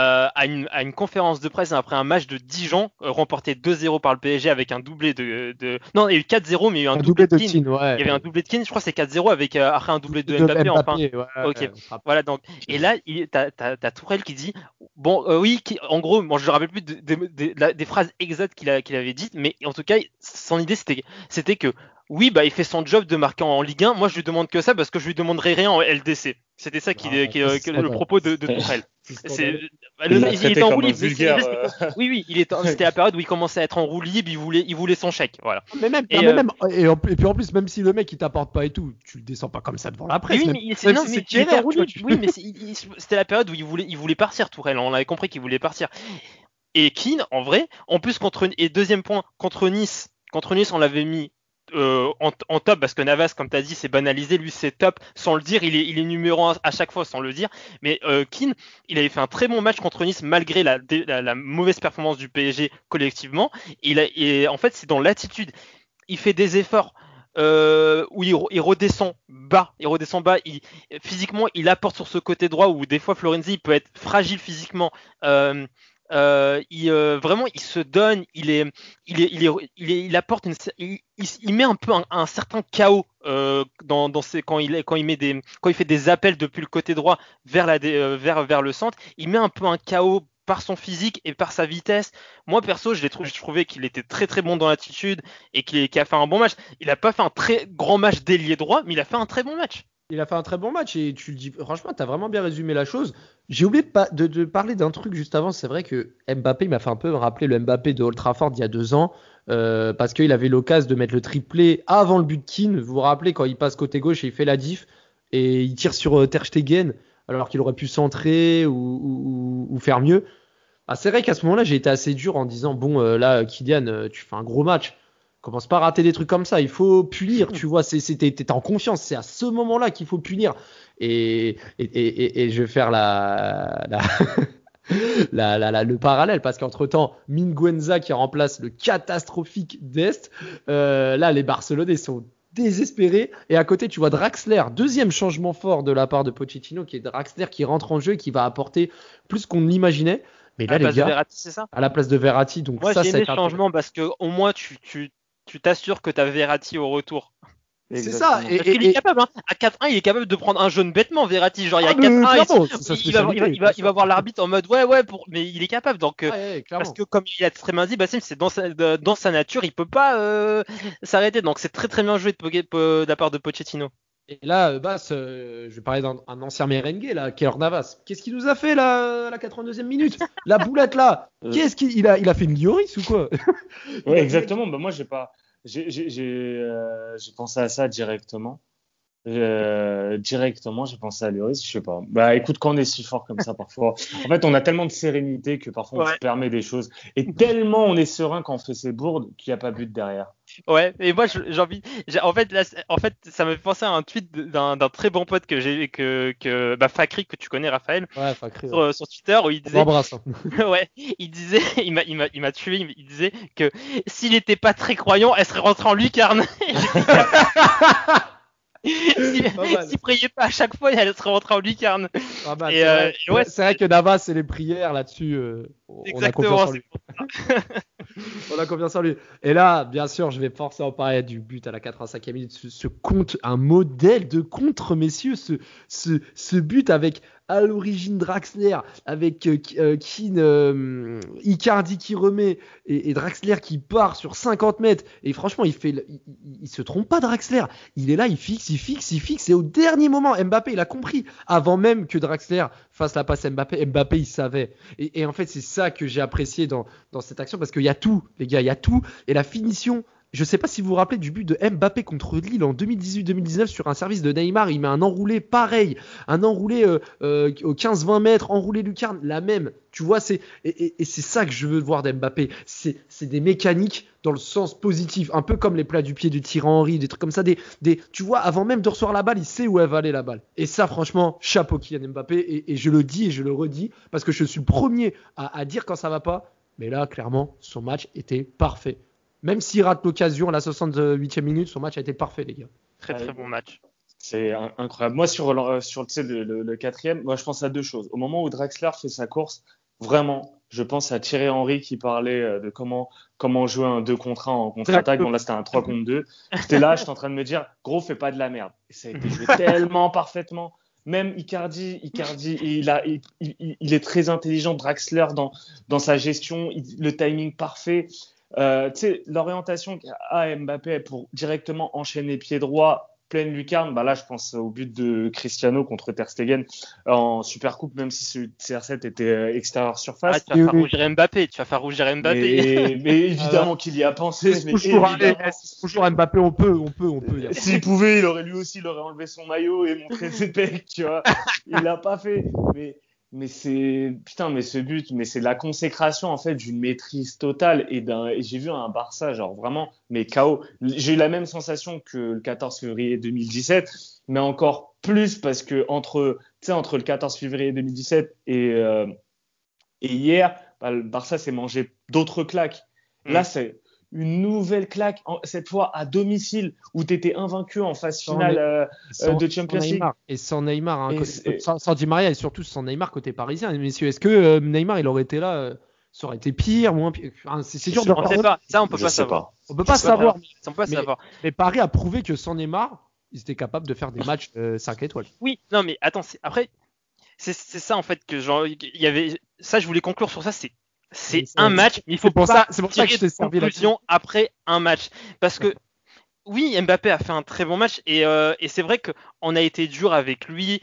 à une conférence de presse après un match de Dijon remporté 2-0 par le PSG avec un doublé non, il y a eu 4-0, mais il y a eu un doublé de Kean. Ouais. Il y avait un doublé de Kean, je crois que c'est 4-0 avec après un doublé de Mbappé enfin. Ok. Voilà, donc et là t'as Tuchel qui dit bon en gros, moi je me rappelle plus des phrases exactes qu'il avait dites, mais en tout cas son idée c'était que oui, il fait son job de marquer en Ligue 1. Moi, je lui demande que ça parce que je lui demanderai rien en LDC. C'était ça le propos de Tuchel. Il était en roue libre. Oui, c'était la période où il commençait à être en roue libre. Il voulait son chèque. Voilà. Et puis en plus, même si le mec il t'apporte pas et tout, tu le descends pas comme ça devant la presse. Oui, mais c'était la période où il voulait partir, Tuchel. On avait compris qu'il voulait partir. Et Keane, en vrai, en plus et deuxième point, contre Nice, on l'avait mis en top parce que Navas, comme tu as dit, c'est banalisé. Lui, c'est top. Sans le dire, il est numéro 1 à chaque fois, sans le dire. Mais Keane, il avait fait un très bon match contre Nice malgré la mauvaise performance du PSG collectivement. Et en fait, c'est dans l'attitude. Il fait des efforts. Où il redescend bas, physiquement il apporte sur ce côté droit où des fois Florenzi il peut être fragile physiquement. Vraiment il se donne, il apporte il met un peu un certain chaos quand il fait des appels depuis le côté droit vers le centre, il met un peu un chaos par son physique et par sa vitesse. Moi perso, je trouvais qu'il était très très bon dans l'attitude et qu'il a fait un bon match. Il a pas fait un très grand match d'ailier droit, mais il a fait un très bon match. Il a fait un très bon match et tu le dis, franchement, tu as vraiment bien résumé la chose. J'ai oublié de parler d'un truc juste avant. C'est vrai que Mbappé, il m'a fait un peu me rappeler le Mbappé de Old Trafford il y a 2 ans parce qu'il avait l'occasion de mettre le triplé avant le but de Keane. Vous vous rappelez quand il passe côté gauche et il fait la diff et il tire sur Ter Stegen alors qu'il aurait pu centrer ou faire mieux. Ah, c'est vrai qu'à ce moment-là, j'ai été assez dur en disant bon, là, Kylian, tu fais un gros match. Commence pas à rater des trucs comme ça. Il faut punir, tu vois. T'es en confiance. C'est à ce moment-là qu'il faut punir. Et je vais faire le parallèle parce qu'entre-temps, Minguenza qui remplace le catastrophique Dest. Là, les Barcelonais sont désespérés. Et à côté, tu vois Draxler, deuxième changement fort de la part de Pochettino, qui est Draxler qui rentre en jeu et qui va apporter plus qu'on ne l'imaginait. Mais là, les gars, Verratti, c'est ça à la place de Verratti, donc moi, ça, j'ai c'est aimé le changement parce que au moins tu t'assures que tu as Verratti au retour. C'est ça. Parce qu'il est capable, hein. À 4-1, il est capable de prendre un jaune bêtement, Verratti. Genre, il y a 4-1, il va voir l'arbitre en mode ouais, mais il est capable. Donc, parce que comme il a très bien dit, Bassim, c'est dans sa nature, il peut pas s'arrêter. Donc, c'est très très bien joué de la part de Pochettino. Et là, Bass, je vais parler d'un ancien merengue, là, Keylor Navas. Qu'est-ce qu'il nous a fait là, à la 82e minute? La boulette là. Qu'est-ce qu'il a fait une Lloris ou quoi? Oui, exactement. Bah, moi, j'ai pensé à ça directement. J'ai pensé à Lloris, je sais pas. Bah écoute, quand on est si fort comme ça parfois, en fait on a tellement de sérénité que parfois on se permet des choses et tellement on est serein quand on fait ses bourdes qu'il n'y a pas but derrière. Ouais, et moi en fait ça me fait penser à un tweet d'un très bon pote Fakri, que tu connais, Raphaël. Ouais, Fakri, sur Twitter, où il disait ouais, il m'a tué, il disait que s'il était pas très croyant, elle serait rentrée en lucarne. S'il priait pas à chaque fois, elle serait rentrée en lucarne. C'est vrai que Navas, c'est les prières là-dessus. On a confiance en lui. On a confiance en lui. Et là, bien sûr, je vais forcer à en parler du but à la 85e minute. Ce contre, un modèle de contre, messieurs. Ce but avec à l'origine Draxler, avec Keane, Icardi qui remet et Draxler qui part sur 50 mètres. Et franchement, il se trompe pas, Draxler. Il est là, il fixe. Et au dernier moment, Mbappé, il a compris. Avant même que Draxler fasse la passe à Mbappé, il savait. Et en fait, c'est ça que j'ai apprécié dans cette action parce qu'il y a tout, les gars, il y a tout. Et la finition, je sais pas si vous vous rappelez du but de Mbappé contre Lille en 2018-2019 sur un service de Neymar. Il met un enroulé pareil, un enroulé au 15-20 mètres, enroulé lucarne, la même. Tu vois, c'est ça que je veux voir d'Mbappé. C'est des mécaniques dans le sens positif, un peu comme les plats du pied de Thierry Henry, des trucs comme ça. Tu vois, avant même de recevoir la balle, il sait où elle va aller la balle. Et ça, franchement, chapeau Kylian Mbappé. Et je le dis et je le redis parce que je suis le premier à dire quand ça va pas. Mais là, clairement, son match était parfait. Même s'il rate l'occasion à la 68e minute, son match a été parfait, les gars. Très très bon match. C'est incroyable. Moi, sur le quatrième, moi, je pense à deux choses. Au moment où Draxler fait sa course, vraiment, je pense à Thierry Henry qui parlait de comment jouer un 2 contre 1 en contre-attaque. Bon, là, c'était un 3 contre 2. J'étais là, j'étais en train de me dire, gros, fais pas de la merde. Et ça a été joué tellement parfaitement. Même Icardi, il est très intelligent, Draxler, dans sa gestion, le timing parfait. Tu sais, l'orientation qu'a Mbappé pour directement enchaîner pied droit, pleine lucarne, bah là, je pense au but de Cristiano contre Ter Stegen en Supercoupe, même si ce CR7 était extérieur surface. Ah, tu vas faire rougir Mbappé. Mais évidemment qu'il y a pensé. Toujours Mbappé, on peut. S'il pouvait, il aurait enlevé son maillot et montré ses pecs, tu vois. Il l'a pas fait. mais ce but, mais c'est la consécration en fait d'une maîtrise totale et j'ai vu un Barça genre vraiment mais KO. J'ai eu la même sensation que le 14 février 2017, mais encore plus parce que entre le 14 février 2017 et hier, bah, le Barça s'est mangé d'autres claques. Là, c'est une nouvelle claque, cette fois à domicile, où tu étais invaincu en phase finale de Champions League. Et sans Neymar, hein, sans Di Maria et surtout sans Neymar côté parisien. Messieurs, est-ce que Neymar, il aurait été là ça aurait été pire, moins pire. Enfin, c'est dur de reprendre. Ça, on peut pas savoir. On peut pas savoir. Mais Paris a prouvé que sans Neymar, ils étaient capables de faire des matchs 5 étoiles. Oui, non, mais attends, après, c'est ça en fait que genre, il y avait. Ça, je voulais conclure sur ça. C'est un match, mais il faut pas tirer de conclusion après un match. Parce que, oui, Mbappé a fait un très bon match et c'est vrai qu'on a été dur avec lui,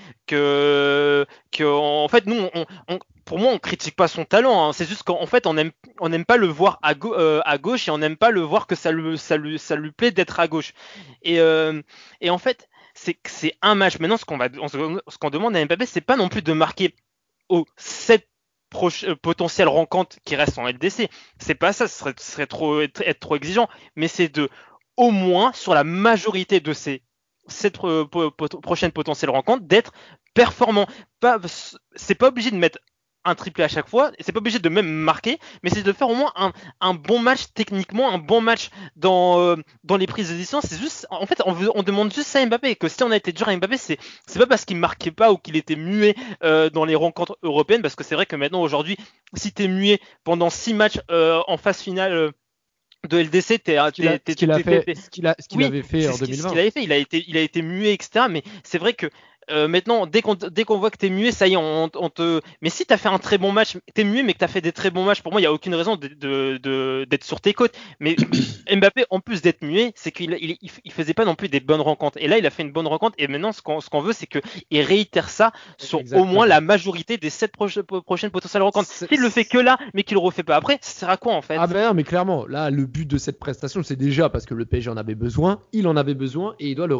en fait, nous, pour moi, on critique pas son talent. Hein. C'est juste qu'en fait, on aime pas le voir à gauche et on n'aime pas le voir que ça lui plaît d'être à gauche. Et en fait, c'est un match. Maintenant, ce qu'on demande à Mbappé, c'est pas non plus de marquer aux 7 potentielle rencontre qui reste en LDC. C'est pas ça, ce serait être trop exigeant, mais c'est de au moins sur la majorité de ces 7 prochaines potentielles rencontres d'être performant. C'est pas obligé de mettre un triplé à chaque fois, et c'est pas obligé de même marquer, mais c'est de faire au moins un bon match techniquement, un bon match dans les prises de distance. C'est juste, en fait, on demande juste ça à Mbappé, que si on a été dur à Mbappé, c'est pas parce qu'il marquait pas ou qu'il était muet dans les rencontres européennes, parce que c'est vrai que maintenant aujourd'hui, si t'es muet pendant 6 matchs en phase finale de LDC, ce qu'il avait fait en 2020. Il a été muet, etc. Mais c'est vrai que maintenant, dès qu'on voit que t'es muet, ça y est, Mais si t'as fait un très bon match, t'es muet, mais que t'as fait des très bons matchs, pour moi, il y a aucune raison d'être sur tes côtes. Mais Mbappé, en plus d'être muet, c'est qu'il faisait pas non plus des bonnes rencontres. Et là, il a fait une bonne rencontre. Et maintenant, ce qu'on veut, c'est qu'il réitère ça sur au moins la majorité des 7 prochaines potentielles rencontres. S'il le fait que là, mais qu'il le refait pas après, ça sert à quoi en fait? Ah ben non, mais clairement, là, le but de cette prestation, c'est déjà parce que le PSG en avait besoin, il en avait besoin et il doit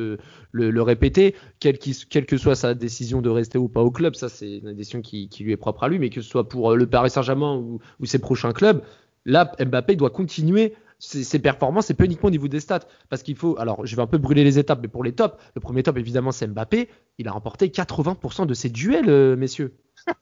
le répéter, quel que soit sa décision de rester ou pas au club. Ça, c'est une décision qui lui est propre à lui, mais que ce soit pour le Paris Saint-Germain ou ses prochains clubs, là, Mbappé doit continuer ses performances, c'est pas uniquement au niveau des stats, parce qu'il faut, alors je vais un peu brûler les étapes, mais pour les tops, le premier top évidemment c'est Mbappé, il a remporté 80% de ses duels, messieurs.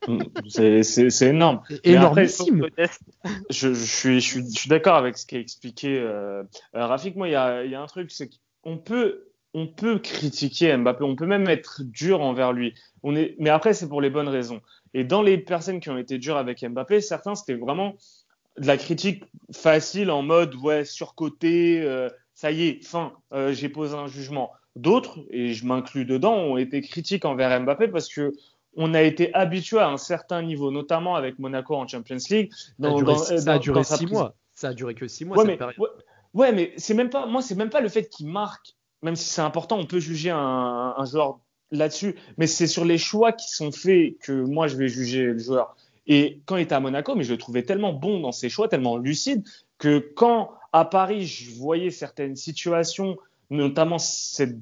C'est énorme. Énormissime. Je suis d'accord avec ce qu'a expliqué Rafik. Moi, il y a un truc, c'est qu'on peut critiquer Mbappé, on peut même être dur envers lui. Mais après, c'est pour les bonnes raisons. Et dans les personnes qui ont été dures avec Mbappé, certains, c'était vraiment de la critique facile en mode ouais, surcoté, ça y est, fin, j'ai posé un jugement. D'autres, et je m'inclus dedans, ont été critiques envers Mbappé parce que on a été habitué à un certain niveau, notamment avec Monaco en Champions League. Ça a duré 6 mois. Ça a duré que 6 mois cette période. Ouais, mais c'est même pas le fait qu'il marque, même si c'est important, on peut juger un joueur là-dessus, mais c'est sur les choix qui sont faits que moi je vais juger le joueur. Et quand il était à Monaco, mais je le trouvais tellement bon dans ses choix, tellement lucide, que quand à Paris je voyais certaines situations, notamment cette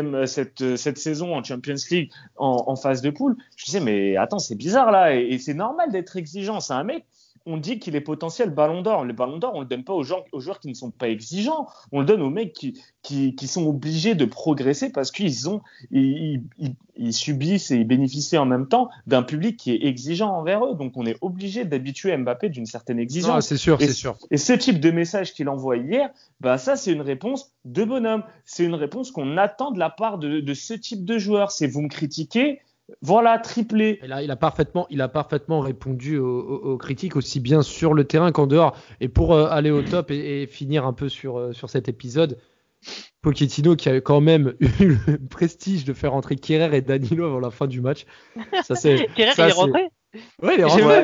saison en Champions League en phase de poule, je disais mais attends, c'est bizarre là, et c'est normal d'être exigeant. C'est un mec, on dit qu'il est potentiel Ballon d'Or. Le Ballon d'Or, on le donne pas aux joueurs qui ne sont pas exigeants. On le donne aux mecs qui sont obligés de progresser parce qu'ils subissent et ils bénéficient en même temps d'un public qui est exigeant envers eux. Donc, on est obligé d'habituer Mbappé d'une certaine exigence. Non, c'est sûr. Et ce type de message qu'il envoie hier, bah, ça, c'est une réponse de bonhomme. C'est une réponse qu'on attend de la part de ce type de joueur. C'est vous me critiquez, voilà, triplé. Et là, il a parfaitement répondu aux critiques, aussi bien sur le terrain qu'en dehors. Et pour aller au top et finir un peu sur cet épisode, Pochettino qui a quand même eu le prestige de faire entrer Kerrer et Danilo avant la fin du match. Kerrer, il est rentré. Ouais, il est rentré.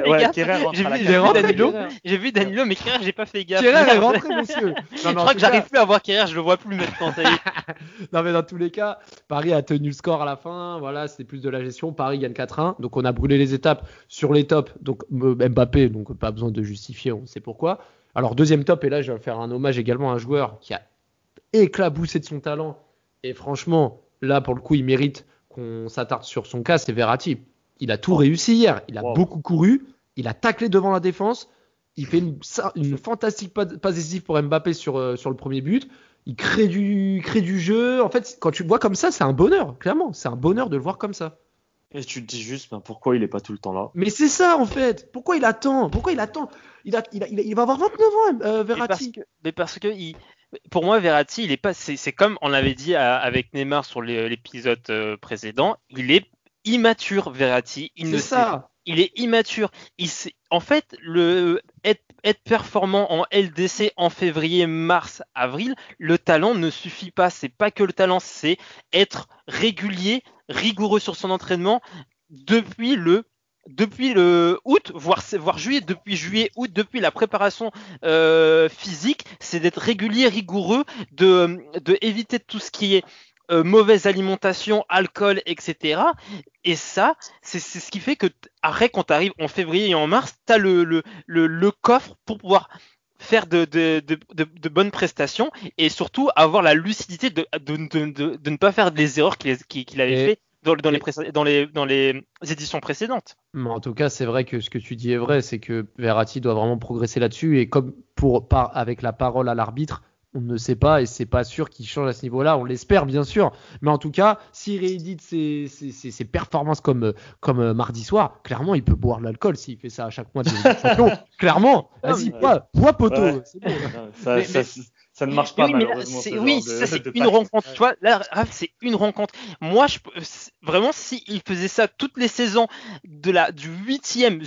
J'ai vu Danilo, mais Kerrer, j'ai pas fait gaffe. Kerrer est rentré, monsieur. Je crois que j'arrive plus à voir Kerrer, je le vois plus maintenant. Ça y est. Non, mais dans tous les cas, Paris a tenu le score à la fin. Voilà, c'était plus de la gestion. Paris gagne 4-1. Donc, on a brûlé les étapes sur les tops. Donc, Mbappé, donc pas besoin de justifier, on sait pourquoi. Alors, deuxième top, et là, je vais faire un hommage également à un joueur qui a éclaboussé de son talent. Et franchement, là, pour le coup, il mérite qu'on s'attarde sur son cas, c'est Verratti. Il a tout réussi hier. Il a Wow. beaucoup couru. Il a taclé devant la défense. Il fait une fantastique passe décisive pour Mbappé sur le premier but. Il crée du jeu. En fait, quand tu le vois comme ça, c'est un bonheur. Clairement, c'est un bonheur de le voir comme ça. Et tu te dis juste, pourquoi il est pas tout le temps là? Mais c'est ça en fait. Pourquoi il attend il va avoir 29 ans, Verratti. Mais parce que pour moi, Verratti, il est pas. C'est comme on l'avait dit avec Neymar sur l'épisode précédent. Il est immature, Verratti. Il est immature. En fait, être performant en LDC en février, mars, avril, le talent ne suffit pas. C'est pas que le talent, c'est être régulier, rigoureux sur son entraînement depuis le août, voire juillet, depuis juillet, août, depuis la préparation physique, c'est d'être régulier, rigoureux, de éviter tout ce qui est mauvaise alimentation, alcool, etc. Et ça, c'est ce qui fait que après, quand tu arrives en février et en mars, tu as le coffre pour pouvoir faire de bonnes prestations et surtout avoir la lucidité de ne pas faire les erreurs qu'il avait fait dans les éditions précédentes. Mais en tout cas, c'est vrai que ce que tu dis est vrai, c'est que Verratti doit vraiment progresser là-dessus. Et comme avec la parole à l'arbitre, on ne sait pas et c'est pas sûr qu'il change à ce niveau-là. On l'espère bien sûr, mais en tout cas, s'il réédite ses performances comme mardi soir, clairement, il peut boire de l'alcool s'il fait ça à chaque mois de champion. Clairement, vas-y, bois poteau. Ouais. C'est bon. Ça ne marche pas oui, malheureusement. C'est une rencontre. Tu vois, là, Raph, c'est une rencontre. Moi, vraiment, s'il faisait ça toutes les saisons du 8e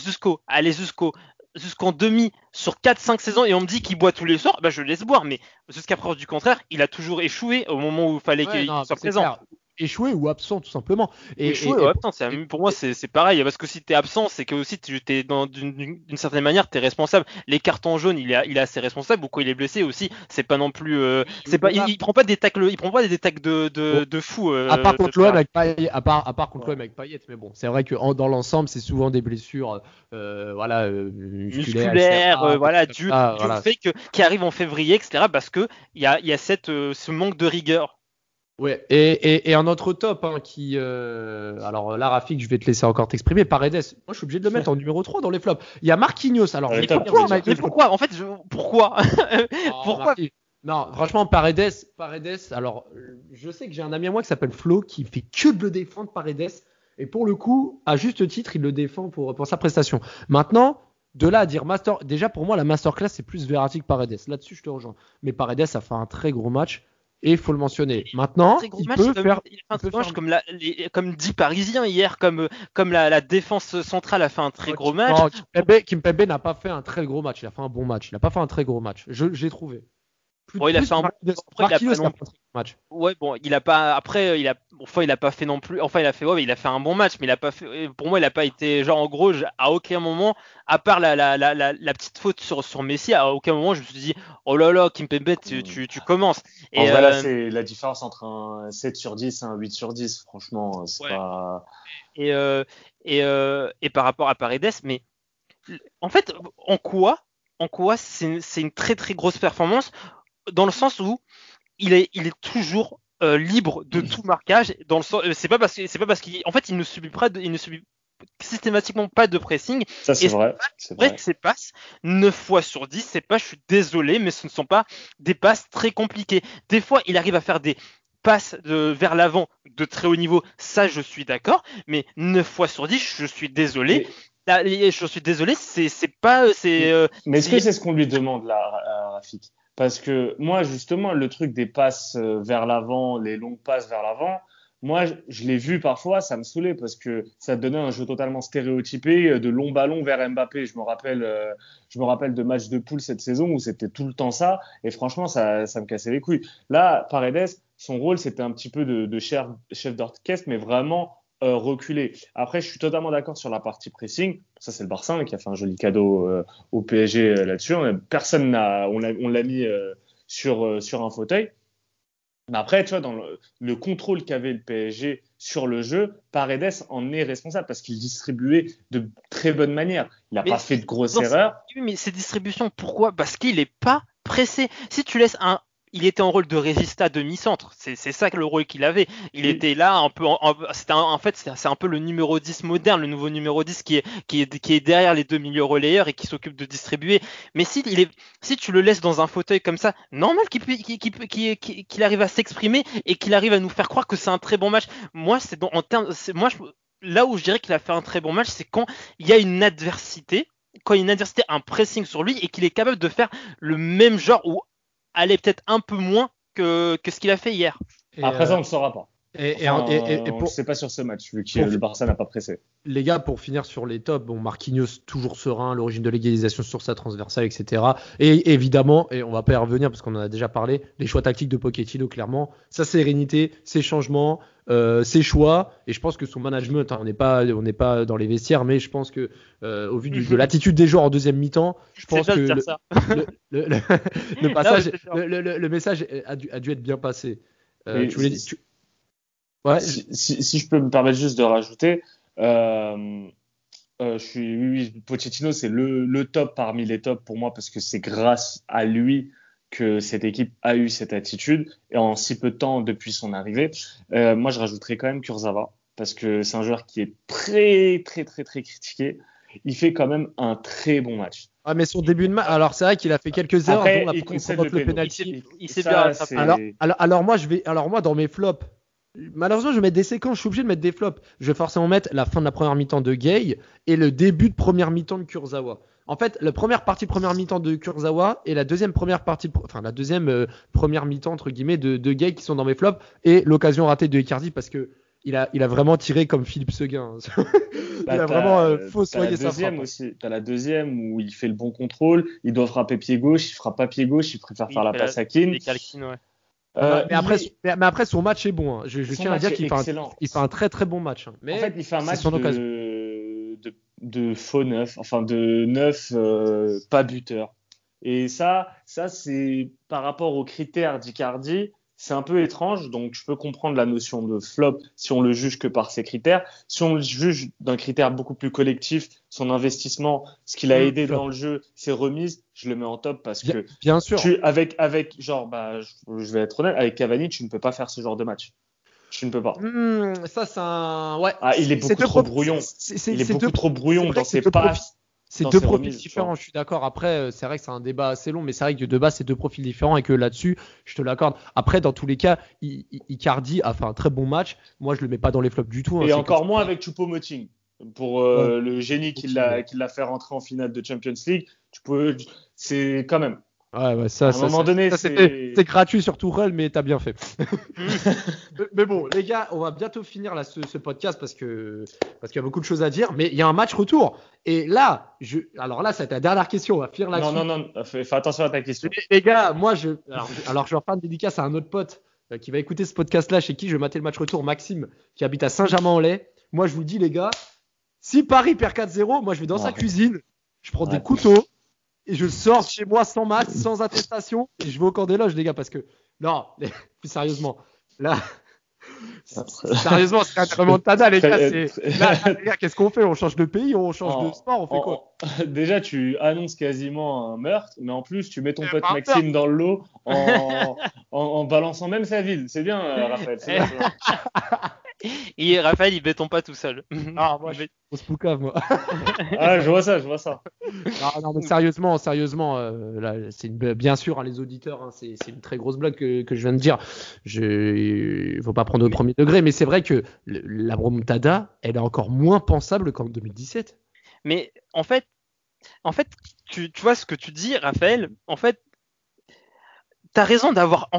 jusqu'en demi sur 4-5 saisons et on me dit qu'il boit tous les soirs, bah je le laisse boire. Mais jusqu'à preuve du contraire, il a toujours échoué au moment où il fallait qu'il soit présent. Clair. Échoué ou absent tout simplement. Échoué ou absent, pour moi c'est pareil, parce que si t'es absent, c'est que aussi t'es d'une certaine manière t'es responsable. Les cartons jaunes, il est assez responsable. Ou quand il est blessé aussi, c'est pas non plus, il prend pas des tacles, de fou. À part contre l'OM avec Payet, à part contre l'OM avec Payet, mais bon, c'est vrai que dans l'ensemble, c'est souvent des blessures, musculaires, dû au fait qui arrive en février, etc. Parce que il y a ce manque de rigueur. Ouais, et un autre top qui alors là Rafik, je vais te laisser encore t'exprimer. Paredes, moi je suis obligé de le mettre en numéro 3 dans les flops. Il y a Marquinhos. Alors pourquoi en fait pourquoi pourquoi Non, franchement Paredes, alors je sais que j'ai un ami à moi qui s'appelle Flo qui fait que de le défendre Paredes et pour le coup, à juste titre, il le défend pour sa prestation. Maintenant, de là à dire déjà pour moi la masterclass c'est plus Verratti que Paredes. Là-dessus, je te rejoins. Mais Paredes a fait un très gros match. Et il faut le mentionner. Maintenant, il peut faire comme 10 Parisiens hier, comme la défense centrale a fait un très gros match. Non, Kimpembe n'a pas fait un très gros match. Il a fait un bon match. Il n'a pas fait un très gros match. J'ai trouvé. Il a fait un bon match. Ouais, bon, il a pas fait non plus. Enfin, il a fait un bon match, mais il a pas fait. Pour moi, il a pas été genre en gros. À aucun moment, à part la petite faute sur Messi, à aucun moment je me suis dit oh là là, Kimpembe, tu commences. Et en vrai, là, c'est la différence entre un 7 sur 10 et un 8 sur 10. Franchement, c'est pas. Et par rapport à Paredes, mais en fait, en quoi c'est une très très grosse performance. Dans le sens où il est toujours libre de tout marquage. Dans le sens, c'est pas parce qu'en fait il ne subit systématiquement pas de pressing. Ça c'est vrai. C'est vrai que ces passes 9 fois sur 10, ces passes, je suis désolé, mais ce ne sont pas des passes très compliquées. Des fois, il arrive à faire des passes vers l'avant de très haut niveau. Ça, je suis d'accord. Mais 9 fois sur 10, je suis désolé. Je suis désolé, c'est pas. Mais est-ce que c'est ce qu'on lui demande là, Rafik? Parce que moi, justement, le truc des passes vers l'avant, les longues passes vers l'avant, moi, je l'ai vu parfois, ça me saoulait parce que ça donnait un jeu totalement stéréotypé de longs ballons vers Mbappé. Je me rappelle de matchs de poule cette saison où c'était tout le temps ça. Et franchement, ça me cassait les couilles. Là, Paredes, son rôle, c'était un petit peu de chef d'orchestre, mais vraiment reculer. Après, je suis totalement d'accord sur la partie pressing. Ça, c'est le Barça qui a fait un joli cadeau au PSG là-dessus. Personne on l'a mis sur un fauteuil. Mais après, tu vois, dans le contrôle qu'avait le PSG sur le jeu, Paredes en est responsable parce qu'il distribuait de très bonne manière. Il n'a pas fait de grosses erreurs. Oui, mais ces distributions, pourquoi ? Parce qu'il n'est pas pressé. Si tu laisses il était en rôle de régista demi-centre. C'est ça le rôle qu'il avait. Il était là un peu. En fait, c'est un peu le numéro 10 moderne, le nouveau numéro 10 qui est derrière les deux milieux relayeurs et qui s'occupe de distribuer. Mais si tu le laisses dans un fauteuil comme ça, normal qu'il arrive à s'exprimer et qu'il arrive à nous faire croire que c'est un très bon match. Moi, là où je dirais qu'il a fait un très bon match, c'est quand il y a une adversité. Quand il y a une adversité, un pressing sur lui et qu'il est capable de faire le même genre ou aller peut-être un peu moins que ce qu'il a fait hier. Après ça, on ne le saura pas. Je sais pas sur ce match, vu que le Barça n'a pas pressé. Les gars, pour finir sur les tops, bon, Marquinhos toujours serein, l'origine de l'égalisation sur sa transversale, etc. Et évidemment, et on va pas y revenir parce qu'on en a déjà parlé, les choix tactiques de Pochettino, clairement, sa sérénité, ses changements, ses choix. Et je pense que son management, on n'est pas dans les vestiaires, mais je pense que au vu de l'attitude des joueurs en deuxième mi-temps, je pense que le passage, le message a dû être bien passé. Tu voulais dire Ouais. Si je peux me permettre juste de rajouter, Pochettino, c'est le top parmi les tops pour moi parce que c'est grâce à lui que cette équipe a eu cette attitude et en si peu de temps depuis son arrivée. Moi, je rajouterais quand même Kurzawa parce que c'est un joueur qui est très, très, très, très critiqué. Il fait quand même un très bon match. Ah, mais son début de match, alors c'est vrai qu'il a fait quelques erreurs. Après, il concède le penalty. Il s'est bien rattrapé. Alors moi, dans mes flops, malheureusement, je vais mettre des séquences, je suis obligé de mettre des flops. Je vais forcément mettre la fin de la première mi-temps de Gay et le début de première mi-temps de Kurzawa. En fait, la première partie de première mi-temps de Kurzawa et la deuxième première mi-temps entre guillemets de Gay qui sont dans mes flops et l'occasion ratée de Icardi parce que il a vraiment tiré comme Philippe Seguin. Il a vraiment fossoyé sa frappe. T'as la deuxième où il fait le bon contrôle, il doit frapper pied gauche, il frappe pas pied gauche, il préfère faire la passe à Keane. Mais après, son match est bon. Hein. Je tiens à dire qu'il fait un très très bon match. Hein. Mais en fait, il fait un match de faux neuf, enfin de neuf pas buteur. Et ça c'est par rapport aux critères d'Icardi, c'est un peu étrange. Donc, je peux comprendre la notion de flop si on le juge que par ces critères. Si on le juge d'un critère beaucoup plus collectif, son investissement, ce qu'il a aidé dans le jeu, ses remises, je le mets en top parce que bien sûr. Avec genre, je vais être honnête, avec Cavani, tu ne peux pas faire ce genre de match. Tu ne peux pas. Ça, c'est un. Ouais. Ah, il est beaucoup trop brouillon. Il est beaucoup trop brouillon dans ses passes. C'est deux profils différents, je suis d'accord. Après, c'est vrai que c'est un débat assez long, mais c'est vrai que de base, c'est deux profils différents et que là-dessus, je te l'accorde. Après, dans tous les cas, Icardi a fait un très bon match. Moi, je le mets pas dans les flops du tout. Et encore moins avec Choupo-Moting. Pour le génie qui l'a fait rentrer en finale de Champions League, c'est quand même. Ouais, ça, à un moment donné, c'est gratuit sur Tourelle, mais t'as bien fait. Mais bon, les gars, on va bientôt finir là, ce podcast parce qu'il y a beaucoup de choses à dire. Mais il y a un match retour. Et là, alors là, c'est ta dernière question. On va finir là-dessus. Non, fais attention à ta question. Les gars, moi, alors je vais refaire une dédicace à un autre pote qui va écouter ce podcast-là, chez qui je vais mater le match retour, Maxime, qui habite à Saint-Germain-en-Laye. Moi, je vous dis, les gars, si Paris perd 4-0, moi, je vais dans sa cuisine, je prends des couteaux. Et je sors chez moi sans masque, sans attestation, et je vais au camp des loges, les gars, parce que non, plus sérieusement, là, sérieusement, c'est un remontada, les gars. Les gars, qu'est-ce qu'on fait? On change de pays, on change de sport, on fait quoi? Déjà, tu annonces quasiment un meurtre, mais en plus, tu mets ton pote Maxime dans le lot en balançant même sa ville. C'est bien, Raphaël. C'est bien. Et Raphaël, il béton pas tout seul. Ah, moi, je pose poucave, moi. Ah, je vois ça. Non, mais sérieusement, là, bien sûr, hein, les auditeurs, hein, c'est une très grosse blague que je viens de dire. Il faut pas prendre au premier degré, mais c'est vrai que la remontada, elle est encore moins pensable qu'en 2017. Mais en fait, tu vois ce que tu dis, Raphaël. En fait, t'as raison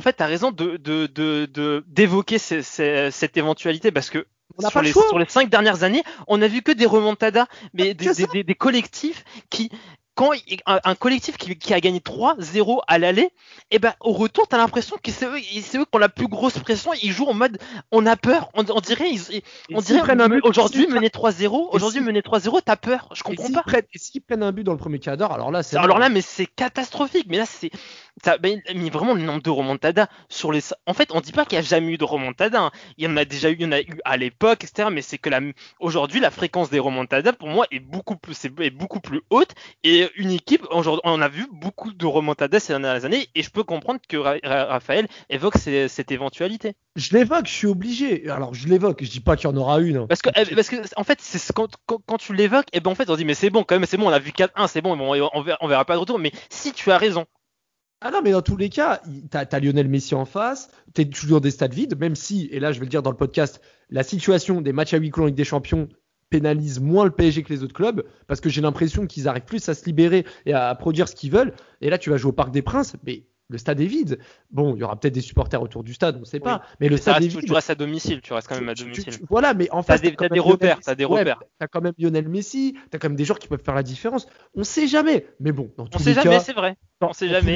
d'évoquer cette éventualité parce que sur les 5 dernières années, on a vu que des remontadas, mais des collectifs quand un collectif qui a gagné 3-0 à l'aller, et ben au retour t'as l'impression que c'est eux qui ont la plus grosse pression. Ils jouent en mode on a peur, on dirait aujourd'hui mener 3-0, t'as peur. Je comprends pas. Et s'ils prennent un but dans le premier quart d'heure, alors là mais c'est catastrophique. Mais là mais vraiment le nombre de remontadas sur les. En fait, on dit pas qu'il y a jamais eu de remontada. Hein. Il y en a eu à l'époque, etc. Mais c'est que aujourd'hui la fréquence des remontadas pour moi est beaucoup plus haute et une équipe, aujourd'hui, on a vu beaucoup de remontadas ces dernières années, et je peux comprendre que Raphaël évoque cette éventualité. Je l'évoque, je suis obligé. Alors je l'évoque, je dis pas qu'il y en aura une. Parce que en fait, quand tu l'évoques, et ben en fait, on se dit mais c'est bon quand même, c'est bon, on a vu 4-1, c'est bon, on verra pas de retour. Mais si tu as raison. Ah non, mais dans tous les cas, t'as Lionel Messi en face, t'es toujours des stades vides, même si, et là je vais le dire dans le podcast, la situation des matchs à huis clos en Ligue des Champions pénalise moins le PSG que les autres clubs, parce que j'ai l'impression qu'ils arrivent plus à se libérer et à produire ce qu'ils veulent. Et là, tu vas jouer au Parc des Princes, mais le stade est vide. Bon, il y aura peut-être des supporters autour du stade, on ne sait pas. Mais le stade est vide. Tu restes à domicile, tu restes quand même à domicile. Voilà, mais en fait, t'as des repères, t'as quand même Lionel Messi, t'as quand même des joueurs qui peuvent faire la différence. On sait jamais. Mais bon, dans tous les cas, on sait jamais, c'est vrai. On sait jamais.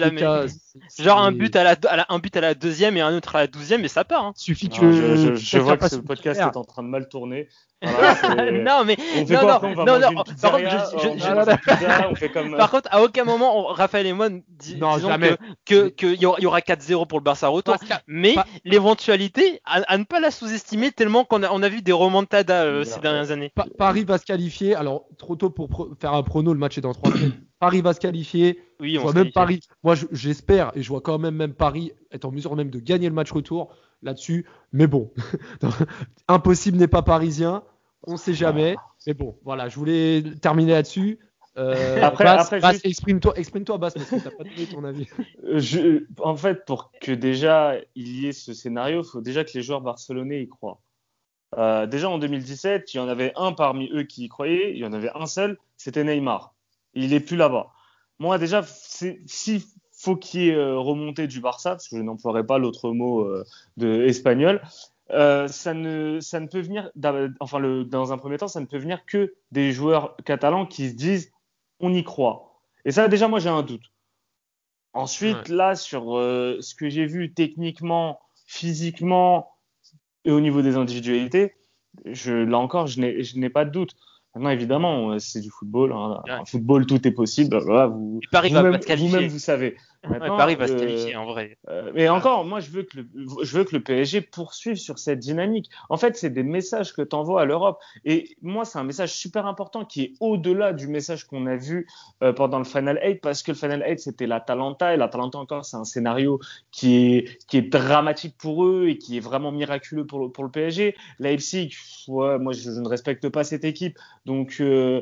Genre un but à la deuxième et un autre à la 12e, et ça part. Hein. Suffit que je vois que ce podcast est en train de mal tourner. Voilà, non, mais on fait quoi après, on va manger une pizzeria, on fait comme... Par contre, à aucun moment, Raphaël et moi disons qu'il y aura 4-0 pour le Barça retour, mais l'éventualité, à ne pas la sous-estimer, tellement qu'on a vu des remontadas ces dernières années. Paris va se qualifier. Alors, trop tôt pour faire un prono, le match est dans 3 semaines. Paris va se qualifier. Oui, je vois même Paris. Moi, j'espère et je vois quand même Paris être en mesure même de gagner le match retour là-dessus. Mais bon, impossible n'est pas parisien. On ne sait jamais. Mais bon, voilà, je voulais terminer là-dessus. Bass, exprime-toi, Bass, parce que tu n'as pas donné ton avis. En fait, pour que déjà il y ait ce scénario, il faut déjà que les joueurs barcelonais y croient. Déjà en 2017, il y en avait un parmi eux qui y croyait. Il y en avait un seul, c'était Neymar. Il n'est plus là-bas. Moi, déjà, s'il faut qu'il y ait remontée du Barça, parce que je n'emploierai pas l'autre mot espagnol, ça ne peut venir, dans un premier temps, ça ne peut venir que des joueurs catalans qui se disent on y croit. Et ça, déjà, moi, j'ai un doute. Ensuite, là, sur ce que j'ai vu techniquement, physiquement et au niveau des individualités, là encore, je n'ai pas de doute. Maintenant, évidemment, c'est du football. Hein. En football, tout est possible. Voilà, vous-même, vous savez. Maintenant, Paris va se qualifier, en vrai. Mais encore, moi, je veux que le PSG poursuive sur cette dynamique. En fait, c'est des messages que tu envoies à l'Europe. Et moi, c'est un message super important qui est au-delà du message qu'on a vu pendant le Final 8, parce que le Final 8, c'était l'Atalanta. Et l'Atalanta, encore, c'est un scénario qui est dramatique pour eux et qui est vraiment miraculeux pour le PSG. Leipzig, moi, je ne respecte pas cette équipe. Donc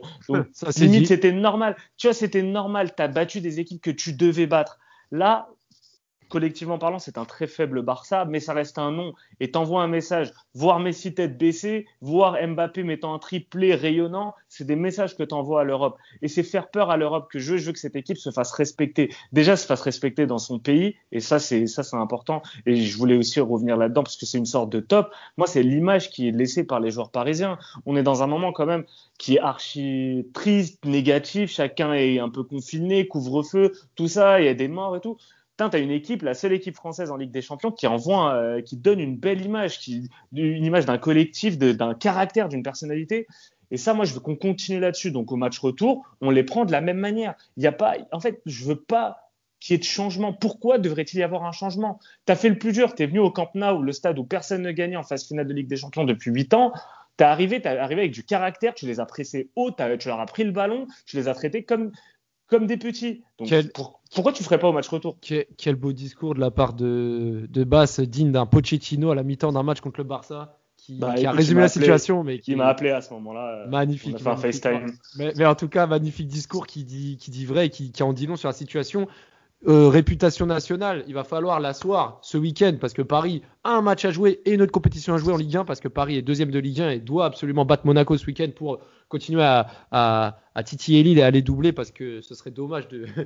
ça, limite, c'était normal. Tu vois, c'était normal. Tu as battu des équipes que tu devais battre. Là, collectivement parlant, c'est un très faible Barça, mais ça reste un nom. Et t'envoies un message, voir Messi tête baissée, voir Mbappé mettant un triplé rayonnant, c'est des messages que t'envoies à l'Europe. Et c'est faire peur à l'Europe que je veux que cette équipe se fasse respecter. Déjà, se fasse respecter dans son pays, et ça c'est important. Et je voulais aussi revenir là-dedans parce que c'est une sorte de top. Moi, c'est l'image qui est laissée par les joueurs parisiens. On est dans un moment quand même qui est archi triste, négatif. Chacun est un peu confiné, couvre-feu, tout ça, il y a des morts et tout. T'as une équipe, la seule équipe française en Ligue des Champions qui donne une belle image, une image d'un collectif, d'un caractère, d'une personnalité. Et ça, moi, je veux qu'on continue là-dessus. Donc, au match retour, on les prend de la même manière. En fait, je veux pas qu'il y ait de changement. Pourquoi devrait-il y avoir un changement? T'as fait le plus dur. T'es venu au Camp Nou, le stade où personne ne gagnait en phase finale de Ligue des Champions depuis 8 ans. T'es arrivé avec du caractère. Tu les as pressés haut. Tu leur as pris le ballon. Tu les as traités comme des petits. Donc, pourquoi tu ferais pas au match retour? Quel beau discours de la part de Bass, digne d'un Pochettino à la mi-temps d'un match contre le Barça, qui a résumé la situation. Mais qui m'a appelé à ce moment-là. Magnifique. On a fait un FaceTime. Mais en tout cas, magnifique discours qui dit vrai et qui en dit long sur la situation. Réputation nationale, il va falloir l'asseoir ce week-end parce que Paris a un match à jouer et une autre compétition à jouer en Ligue 1 parce que Paris est deuxième de Ligue 1 et doit absolument battre Monaco ce week-end pour continuer à titiller Lille et à les doubler parce que ce serait dommage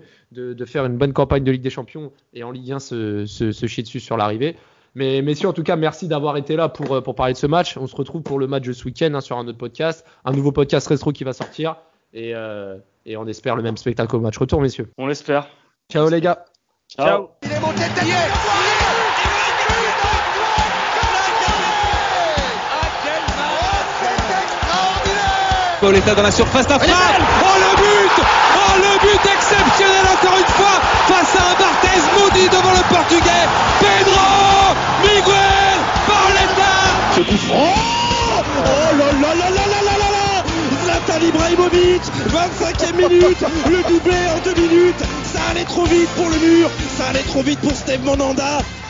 de faire une bonne campagne de Ligue des Champions et en Ligue 1 se chier dessus sur l'arrivée. Mais messieurs, en tout cas, merci d'avoir été là pour parler de ce match. On se retrouve pour le match de ce week-end sur un autre podcast, un nouveau podcast Restro qui va sortir et on espère le même spectacle au match retour, messieurs. On l'espère. Ciao les gars. Ciao. Il est monté de tête. Pauletta dans la surface d'affaire. Le but exceptionnel encore une fois face à un Barthez maudit devant le Portugais. Pedro Miguel Pauletta. Ce coup franc. Oh là là là là là là là là. Zlatan Ibrahimovic 25e minute, le doublé en 2 minutes. Ça allait trop vite pour le mur, ça allait trop vite pour Steve Mandanda.